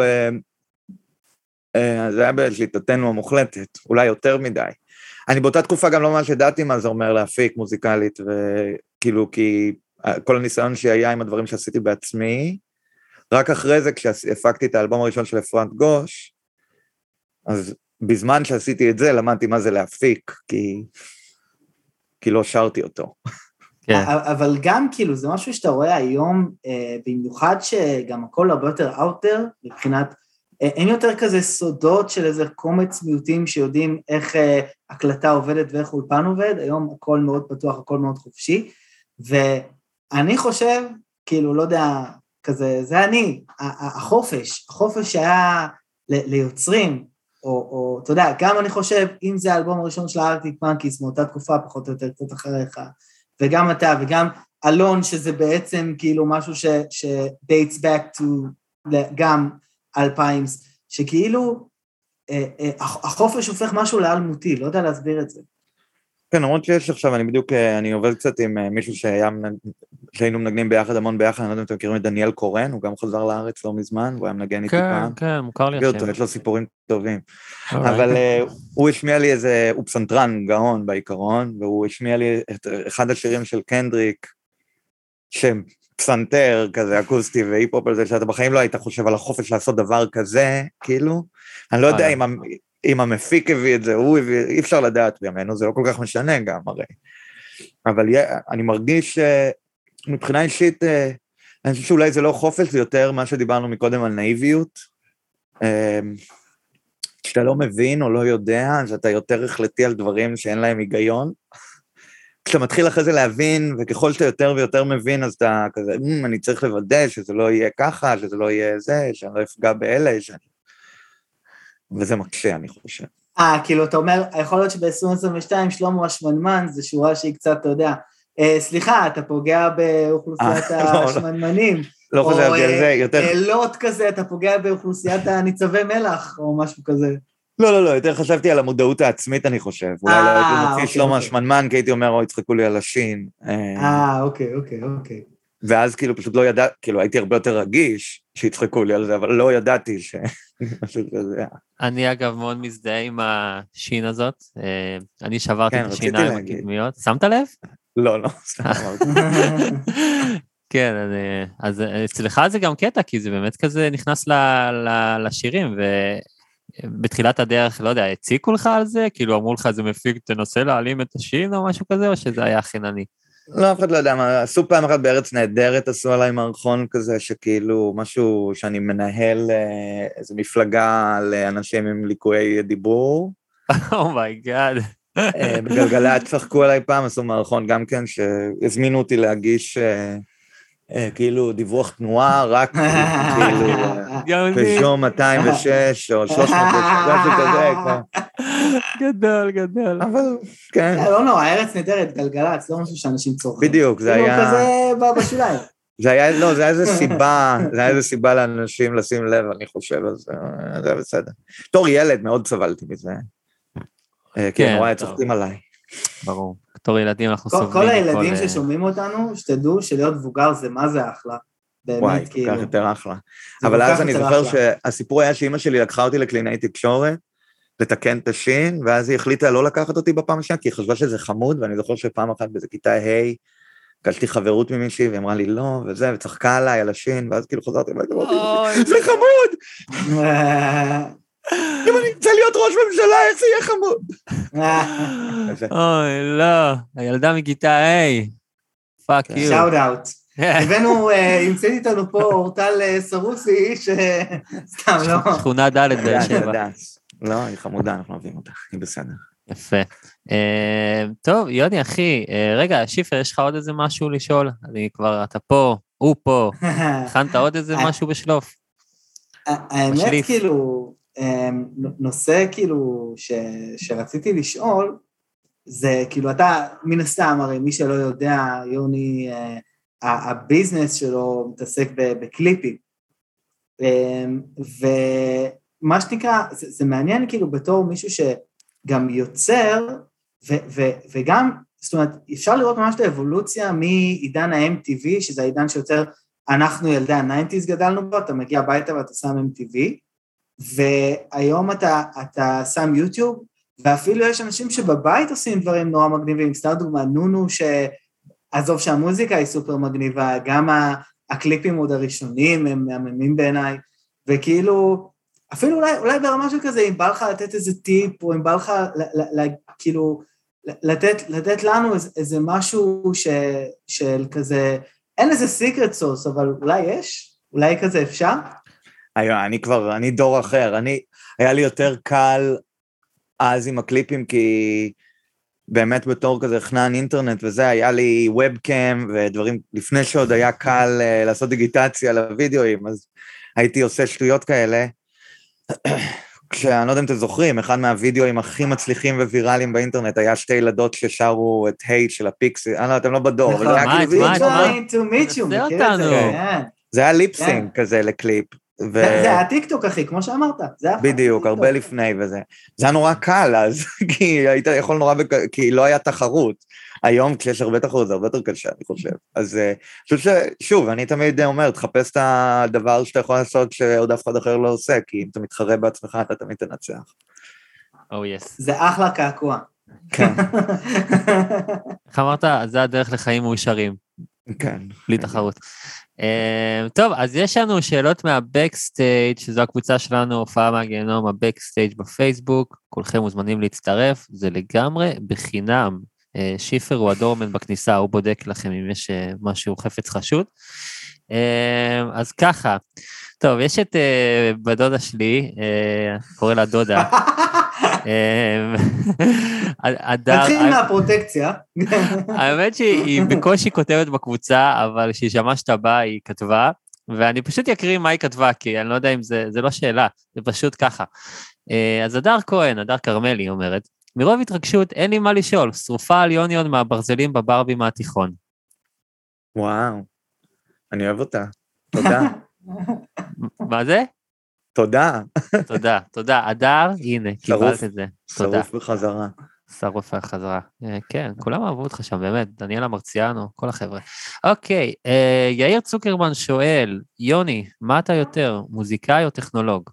זה היה בשליטתנו המוחלטת, אולי יותר מדי. אני באותה תקופה גם לא ממש ידעתי מה זה אומר להפיק מוזיקלית, וכאילו, כי כל הניסיון שהיה עם הדברים שעשיתי בעצמי, רק אחרי זה, כשהפקתי את האלבום הראשון של אפרת גוש, אז בזמן שעשיתי את זה, למדתי מה זה להפיק, כי, כי לא שרתי אותו. כן. אבל גם כאילו, זה משהו שאתה רואה היום, במיוחד שגם הכל הרבה יותר out there, מבחינת, אין יותר כזה סודות של איזה קומץ מיעוטים שיודעים איך הקלטה עובדת ואיך אולפן עובד, היום הכל מאוד פתוח, הכל מאוד חופשי, ואני חושב, כאילו, לא יודע, כזה, זה אני, החופש, החופש שהיה ליוצרים, או, או, אתה יודע, גם אני חושב, אם זה האלבום הראשון של הארטיק מנקיז, מאותה תקופה, פחות או יותר, קצת אחריך, וגם אתה, וגם אלון, שזה בעצם כאילו משהו ש, ש dates back to, גם אלפיים, שכאילו, אה, אה, החופש הופך משהו לאלמותי, לא יודע להסביר את זה. כן, למרות שיש עכשיו, אני בדיוק, אני עובד קצת עם מישהו שהיה, שהיינו מנגנים ביחד, המון ביחד, אני לא יודע אם אתם מכירים את דניאל קורן, הוא גם חזר לארץ לא מזמן, והוא היה מנגן איתי פעם. כן, כן, מוכר לי השם. יש לו סיפורים טובים. אבל הוא השמיע לי איזה, הוא פסנתרן גאון בעיקרון, והוא השמיע לי את אחד השירים של קנדריק, שם פסנתר כזה אקוסטי והיפ-הופ על זה, שאתה בחיים לא היית חושב על החופש לעשות דבר כזה, כאילו, אני לא יודע אם... אם המפיק הביא את זה, הוא הביא, אי אפשר לדעת בימינו, זה לא כל כך משנה גם הרי. אבל אני מרגיש מבחינה אישית, אני חושב שאולי זה לא חופש, זה יותר מה שדיברנו מקודם על נאיביות, כשאתה לא מבין או לא יודע, אז אתה יותר החלטי על דברים שאין להם היגיון, כשאתה מתחיל אחרי זה להבין, וככל שאתה יותר ויותר מבין, אז אתה כזה, אני צריך לוודא שזה לא יהיה ככה, שזה לא יהיה זה, שאני לא אפגע באלה, שאני... וזה מקשה, אני חושב. אה, כאילו, אתה אומר, יכול להיות שב-עשרים עשרים ושתיים, שלמה השמנמן, זו שורה שהיא קצת, אתה יודע, סליחה, אתה פוגע באוכלוסיית השמנמנים. לא חשבתי על זה, יותר... או לוט כזה, אתה פוגע באוכלוסיית הניצבי מלח, או משהו כזה. לא, לא, לא, יותר חשבתי על המודעות העצמית, אני חושב. אולי לא הייתי מוציא שלום השמנמן, כי הייתי אומר, אוי, צחקו לי על השין. אה, אוקיי, אוקיי, אוקיי. ואז כאילו פשוט לא ידע, כאילו הייתי הרבה יותר רגיש שיצחקו לי על זה, אבל לא ידעתי ש... אני אגב מאוד מזדהה עם השין הזאת, אני שברתי את השיניים הקדמיות, שמת לב? לא, לא, סתם אמרתי. כן, אז אצלך זה גם קטע, כי זה באמת כזה נכנס לשירים, ובתחילת הדרך, לא יודע, הציקו לך על זה? כאילו אמרו לך, זה מפיק, תנסה להעלים את השין או משהו כזה, או שזה היה חינני? לא, אף אחד לא יודע מה, עשו פעם אחת בארץ נהדרת, עשו עליי מערכון כזה, שכאילו משהו שאני מנהל איזו מפלגה לאנשים עם ליקויי דיבור. אומייגאד. בגלגלת צחקו עליי פעם, עשו מערכון גם כן, שהזמינו אותי להגיש כאילו דיווח תנועה, רק כאילו פז'ו מאתיים ושש או שלוש מאות ושש, כזה כבר. גדול, גדול. אבל, כן. לא, לא, הארץ נהדרת, גלגלת, זה לא משהו שאנשים צורכים. בדיוק, זה היה... כאילו כזה בשוליים. זה היה, לא, זה היה איזה סיבה, זה היה איזה סיבה לאנשים לשים לב, אני חושב, אז זה היה בסדר. תור ילד מאוד סבלתי מזה. כן, נורא, צוחקים עליי. ברור. בתור ילדים אנחנו סובלים. כל הילדים ששומעים אותנו, שתדעו שלהיות מבוגר זה מה זה אחלה. וואי, כל כך יותר אחלה. אבל אז אני זוכר שהסיפור היה שאמא שלי לקחה אותי לקלינאי תקשורת, לתקן את השין, ואז היא החליטה לא לקחת אותי בפעם השנייה, כי היא חשבה שזה חמוד, ואני זוכר שפעם אחת באיזה כיתה ה' קשתי חברות ממישהי, והיא אמרה לי לא, וזה, וצחקה עליי על השין, ואז כאילו חזרתי, זה חמוד! אם אני רוצה להיות ראש ממשלה, איך זה יהיה חמוד? אוי, לא, הילדה מכיתה A, פאק יו. שאוט אאוט. הבאנו, המצאתי איתנו פה אורטל סרוסי, שסתם לא. שכונה ד' באר שבע. לא, היא חמודה, אנחנו אוהבים אותה, היא בסדר. יפה. טוב, יוני, אחי, רגע, שיפר, יש לך עוד איזה משהו לשאול? אני כבר, אתה פה, הוא פה, הכנת עוד איזה משהו בשלוף? האמת, כאילו, נושא כאילו שרציתי לשאול, זה כאילו אתה, מן הסתם, הרי מי שלא יודע, יוני, הביזנס שלו מתעסק בקליפים, ומה שנקרא, זה מעניין כאילו בתור מישהו שגם יוצר, וגם, זאת אומרת, אפשר לראות ממש את האבולוציה מעידן ה-אם טי וי, שזה העידן שיוצר, אנחנו ילדי ה-תשעים גדלנו בו, אתה מגיע הביתה ואתה שם אם טי וי, והיום אתה, אתה שם יוטיוב, ואפילו יש אנשים שבבית עושים דברים נורא מגניבים, סתם דוגמה, נונו, שעזוב שהמוזיקה היא סופר מגניבה, גם הקליפים עוד הראשונים הם מהממים בעיניי, וכאילו, אפילו אולי, אולי ברמה של כזה, אם בא לך לתת איזה טיפ, או אם בא לך, כאילו, לתת, לתת לנו איזה משהו ש, של כזה, אין איזה סיקרט סורס, אבל אולי יש? אולי כזה אפשר? אני כבר, אני דור אחר, אני, היה לי יותר קל אז עם הקליפים, כי באמת בתור כזה חנן אינטרנט וזה, היה לי ובקאם ודברים, לפני שעוד היה קל לעשות דיגיטציה לוידאוים, אז הייתי עושה שטויות כאלה, כשאני לא יודע אם אתם זוכרים, אחד מהוידאוים הכי מצליחים וויראליים באינטרנט, היה שתי ילדות ששרו את הייט של הפיקסי, אני לא, אתם לא בדור, אבל זה היה כאילו... זה היה ליפסינג כזה לקליפ. זה היה טיקטוק, אחי, כמו שאמרת. בדיוק, הרבה לפני וזה. זה היה נורא קל אז, כי היית יכול נורא, כי לא היה תחרות. היום כשיש הרבה תחרות זה הרבה יותר קשה, אני חושב. אז שוב, אני תמיד אומר, תחפש את הדבר שאתה יכול לעשות שעוד אף אחד אחר לא עושה, כי אם אתה מתחרה בעצמך, אתה תמיד תנצח. או יס. זה אחלה קעקוע. כן. איך אמרת? זה הדרך לחיים מאושרים. כן. בלי תחרות. טוב, אז יש לנו שאלות מהבקסטייג', שזו הקבוצה שלנו, הופעה מהגיהנום, הבקסטייג' בפייסבוק, כולכם מוזמנים להצטרף, זה לגמרי בחינם. שיפר הוא הדורמן בכניסה, הוא בודק לכם אם יש משהו חפץ חשוד. אז ככה, טוב, יש את בדודה שלי, קורא לה דודה, נתחיל מהפרוטקציה. האמת שהיא בקושי כותבת בקבוצה, אבל כשהיא שמעה שאתה בא, היא כתבה, ואני פשוט אקריא מה היא כתבה, כי אני לא יודע אם זה, זה לא שאלה, זה פשוט ככה. אז הדר כהן, הדר כרמלי אומרת, מרוב התרגשות אין לי מה לשאול, שרופה על יוניון מהברזלים בברבי מהתיכון. וואו, אני אוהב אותה. תודה, מה זה? תודה. תודה, תודה. אדר, הנה, קיבלת את זה. תודה. שרוף בחזרה. שרוף בחזרה. אה, כן, כולם אהבו אותך שם, באמת, דניאלה מרציאנו, כל החבר'ה. אוקיי, אה, יאיר צוקרמן שואל, יוני, מה אתה יותר, מוזיקאי או טכנולוג?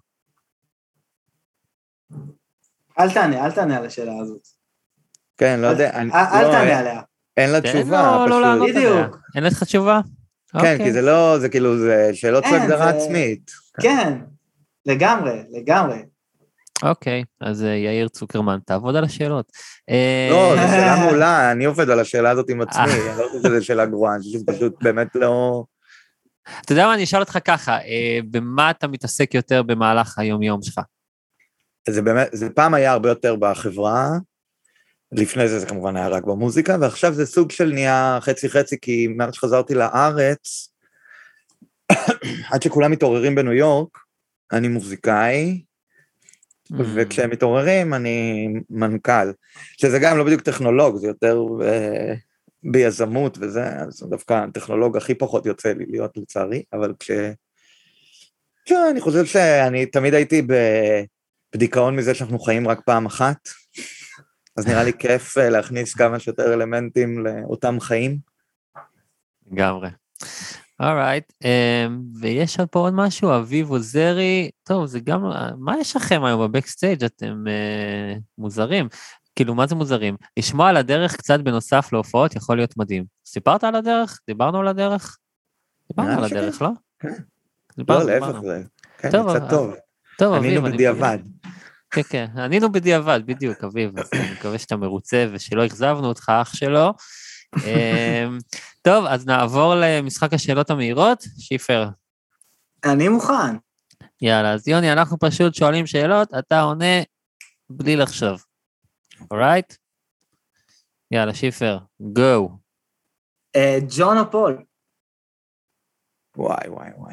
אל תענה, אל תענה על השאלה הזאת. כן, לא יודע. אני- אל לא, תענה עליה. אין לה תן תשובה, לו לא לענות פשוט. עליה. בדיוק. אין לך תשובה? כן, אוקיי. כי זה לא, זה כאילו, זה שאלות של אין, הגדרה זה- עצמית. כן, לגמרי, לגמרי. אוקיי, אז אה, יאיר צוקרמן, תעבוד על השאלות. אה, לא, זו שאלה מעולה, אני עובד על השאלה הזאת עם עצמי, אני לא חושב שזו שאלה גרועה, אני חושב שזה פשוט באמת לא... אתה יודע מה, אני אשאל אותך ככה, אה, במה אתה מתעסק יותר במהלך היום-יום שלך? זה באמת, זה פעם היה הרבה יותר בחברה, לפני זה זה כמובן היה רק במוזיקה, ועכשיו זה סוג של נהיה חצי-חצי, כי מאז שחזרתי לארץ, עד שכולם מתעוררים בניו יורק, אני מוזיקאי, וכשהם מתעוררים אני מנכ"ל, שזה גם לא בדיוק טכנולוג, זה יותר ב- ביזמות וזה, אז דווקא הטכנולוג הכי פחות יוצא לי להיות לצערי, אבל כש... אני חושב שאני תמיד הייתי בדיכאון מזה שאנחנו חיים רק פעם אחת, אז נראה לי כיף להכניס כמה שיותר אלמנטים לאותם חיים. לגמרי. אורייט, ויש עוד פה עוד משהו, אביב עוזרי, טוב, זה גם, מה יש לכם היום בבקסטייג' אתם uh, מוזרים, כאילו, מה זה מוזרים? לשמוע על הדרך קצת בנוסף להופעות יכול להיות מדהים. סיפרת על הדרך? דיברנו על הדרך? דיברנו על הדרך, לא? כן. דיברנו, לא, להפך דיברנו. זה, כן, טוב, יצא אז- טוב. טוב, אביב, ענינו אני- בדיעבד. כן, כן, ענינו בדיעבד, בדיוק, אביב, אז אני מקווה שאתה מרוצה ושלא אכזבנו אותך, אח שלו. אמ, טוב, אז נעבור למשחק השאלות המהירות, שיפר. אני מוכן. יאללה, אז יוני, אנחנו פשוט שואלים שאלות, אתה עונה בלי לחשוב. אורייט? יאללה, שיפר, גו. אה, ג'ון או פול? וואי, וואי, וואי.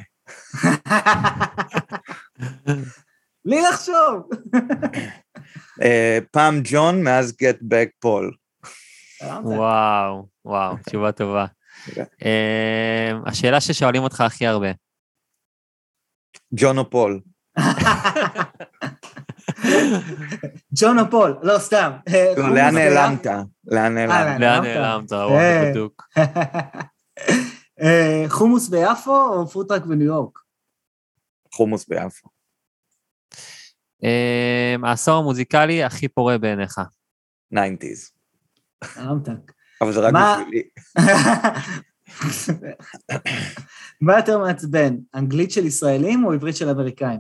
בלי לחשוב. אה, פעם ג'ון, מאז Get Back פול. וואו, וואו, תשובה טובה. תודה. אמ, השאלה ששואלים אותך הכי הרבה. ג'ון או פול. ג'ון או פול, לא סתם. אה, לא, חומוס לאן ביחד. נעלמת? לאן נעלמת? אה, לאן נעלמת? נעלמת? אה. וואו, בדוק. אה, חומוס ביפו או פוטרק בניו יורק? חומוס ביפו. אמ, העשור המוזיקלי הכי פורה בעיניך. ניינטיז. נעלמת. אבל זה רק מה- בשבילי. מה יותר מעצבן, אנגלית של ישראלים או עברית של אמריקאים?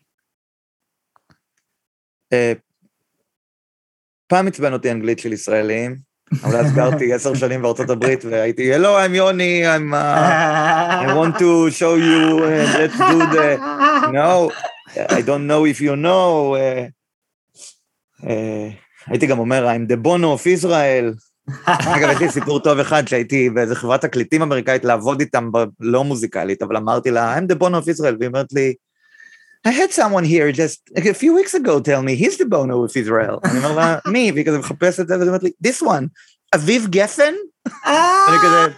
אה, פעם עצבן אותי אנגלית של ישראלים, אבל אז גרתי עשר שנים בארצות הברית, והייתי, hello, I'm יוני, I'm, uh, I want to show you, uh, let's do the, no, I don't know if you know, uh, uh, הייתי גם אומר, I'm the bono of Israel. אגב, יש לי סיפור טוב אחד, שהייתי באיזה חברת תקליטים אמריקאית לעבוד איתם, לא מוזיקלית, אבל אמרתי לה, I'm the bono of Israel, והיא אומרת לי, I had someone here just a few weeks ago tell me he's the bono of Israel. אני אומר לה, מי? והיא כזה מחפשת את זה, והיא אומרת לי, this one, אביב גפן? אני כזה...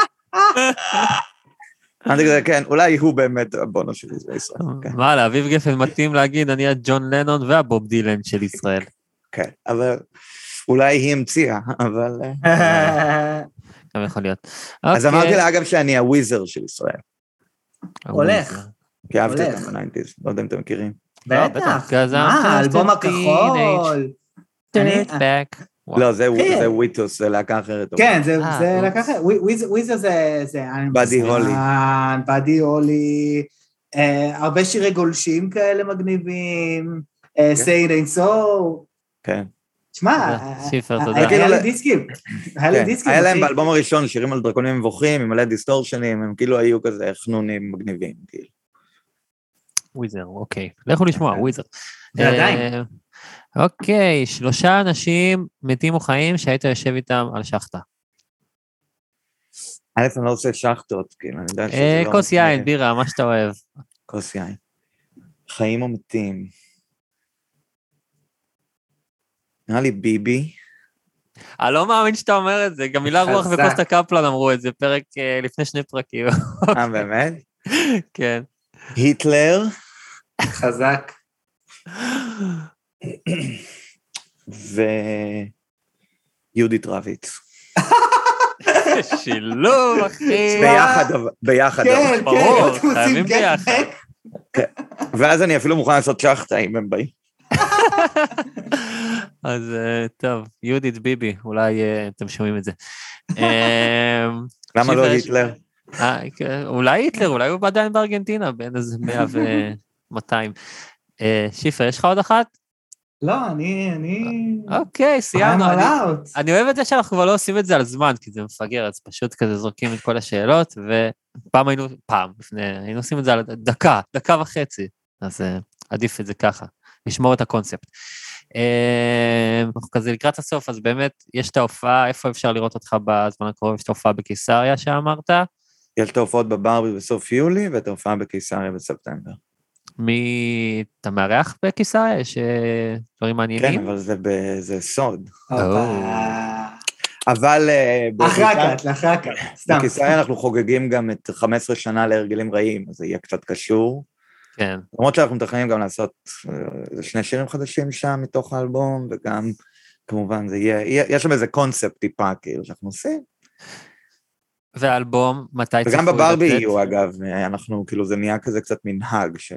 אני כזה, כן, אולי הוא באמת הבונו של ישראל. כן. מה, לאביב גפן מתאים להגיד, אני הג'ון לנון והבוב דילן של ישראל. כן, אבל אולי היא המציאה, אבל... גם יכול להיות. אז אוקיי. אמרתי לה, אגב, שאני הוויזר של ישראל. הולך. כי אהבתי הולך. אותם בניינטיז, לא יודע אם אתם מכירים. לא, בטח. בטח, כזה מה, אמרת, האלבום teenage. הכחול. אני- Turn it back. וואו. לא, זה כן. זה וויטוס, זה להקה אחרת. כן, זה אה, זה אופס. לקח... וויז- וויזר זה... זה- באדי הולי. באדי הולי. אה, הרבה שירי גולשים כאלה מגניבים. סיי אין סו. כן. תשמע, תודה, שיפר, אה, תודה. היה כאילו לי ל- דיסקים. היה לי כן. דיסקים. היה להם אחי. באלבום הראשון שירים על דרקונים מבוכים, עם מלא דיסטורשנים, הם כאילו היו כזה חנונים מגניבים, כאילו. וויזר, אוקיי. לכו לשמוע, וויזר. ועדיין. אה, אוקיי, שלושה אנשים מתים או חיים שהיית יושב איתם על שחטה. א', אני לא עושה שחטות, כאילו, אני יודע שזה אה, לא... כוס יין, בירה, מה שאתה אוהב. כוס יין. חיים או מתים. נראה לי ביבי. אני לא מאמין שאתה אומר את זה, גם מילה רוח חזק. וקוסטה קפלן אמרו את זה, פרק אה, לפני שני פרקים. אה, באמת? כן. היטלר, חזק. ויהודית רביץ. שילוב, אחי. ביחד, ביחד. כן, כן, ברור, אתם עושים חייבים ביחד. גט-בק. ואז אני אפילו מוכן לעשות שחטה אם הם באים. אז טוב, יהודית ביבי, אולי אתם שומעים את זה. אה, למה לא שיפר, היטלר? אה, כן, אולי היטלר, אולי הוא עדיין בארגנטינה, בין איזה מאה ומאתיים. אה, שיפר, יש לך עוד אחת? לא, אני... אני... אוקיי, סיימנו. I'm אני- allowed. אני אוהב את זה שאנחנו כבר לא עושים את זה על זמן, כי זה מפגר, אז פשוט כזה זורקים את כל השאלות, ופעם היינו, פעם, לפני, היינו עושים את זה על דקה, דקה וחצי, אז uh, עדיף את זה ככה, לשמור את הקונספט. Uh, אנחנו כזה לקראת הסוף, אז באמת, יש את ההופעה, איפה אפשר לראות אותך בזמן הקרוב, יש את ההופעה בקיסריה שאמרת? יש את ההופעות בברבי בסוף יולי, ואת ההופעה בקיסריה בספטמבר. מי, אתה מארח בקיסריה? יש uh, דברים מעניינים? כן, אבל זה ב- זה סוד. הופה. אבל אה, אחרי בקיסריה- הקאט, לאחרי הקאט, סתם. בקיסריה אנחנו חוגגים גם את חמש עשרה שנה להרגלים רעים, אז זה יהיה קצת קשור. כן. למרות שאנחנו מתכננים גם לעשות אה, שני שירים חדשים שם מתוך האלבום, וגם כמובן זה יהיה, יהיה- יש שם איזה קונספט טיפה כאילו שאנחנו עושים. ואלבום, מתי צפוי וגם בברבי לצאת? יהיו אגב, אה, אנחנו כאילו זה נהיה כזה קצת מנהג של...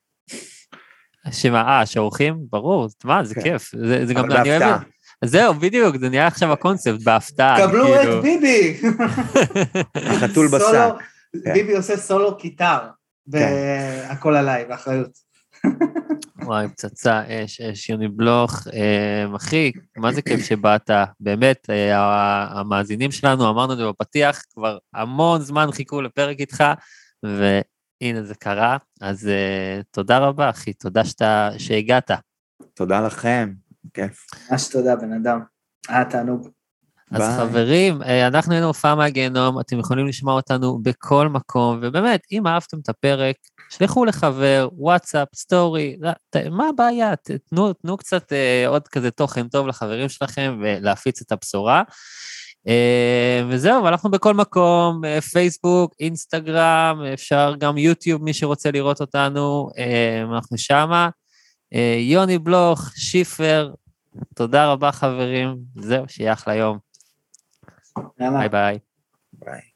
אה, שמה, אה, שעורכים? ברור, מה, זה כן. כיף. זה, זה גם, אבל אני אוהב בהפתעה. את זה. זהו, בדיוק, זה נהיה עכשיו הקונספט, בהפתעה. קבלו כאילו- את ביבי. החתול בשק. סולו, כן. ביבי עושה סולו קיטר. בהכל עליי, באחריות. וואי, פצצה, אש, אש, יוני בלוך. אה, אחי, מה זה כיף שבאת? באמת, אה, המאזינים שלנו, אמרנו את זה בפתיח, כבר המון זמן חיכו לפרק איתך, והנה זה קרה, אז אה, תודה רבה, אחי, תודה שאתה, שהגעת. תודה לכם, כיף. ממש תודה, בן אדם. היה תענוג. אז ביי. חברים, אה, אנחנו היינו הופעה מהגיהנום, אתם יכולים לשמוע אותנו בכל מקום, ובאמת, אם אהבתם את הפרק, שלחו לחבר, וואטסאפ, סטורי, לא, ת- מה הבעיה? ת- תנו, תנו קצת אה, עוד כזה תוכן טוב לחברים שלכם, ולהפיץ את הבשורה. אה, וזהו, ואנחנו בכל מקום, אה, פייסבוק, אינסטגרם, אפשר גם יוטיוב, מי שרוצה לראות אותנו, אה, אנחנו שמה. אה, יוני בלוך, שיפר, תודה רבה חברים, זהו, שיהיה אחלה יום. יאללה. ביי ביי. ביי.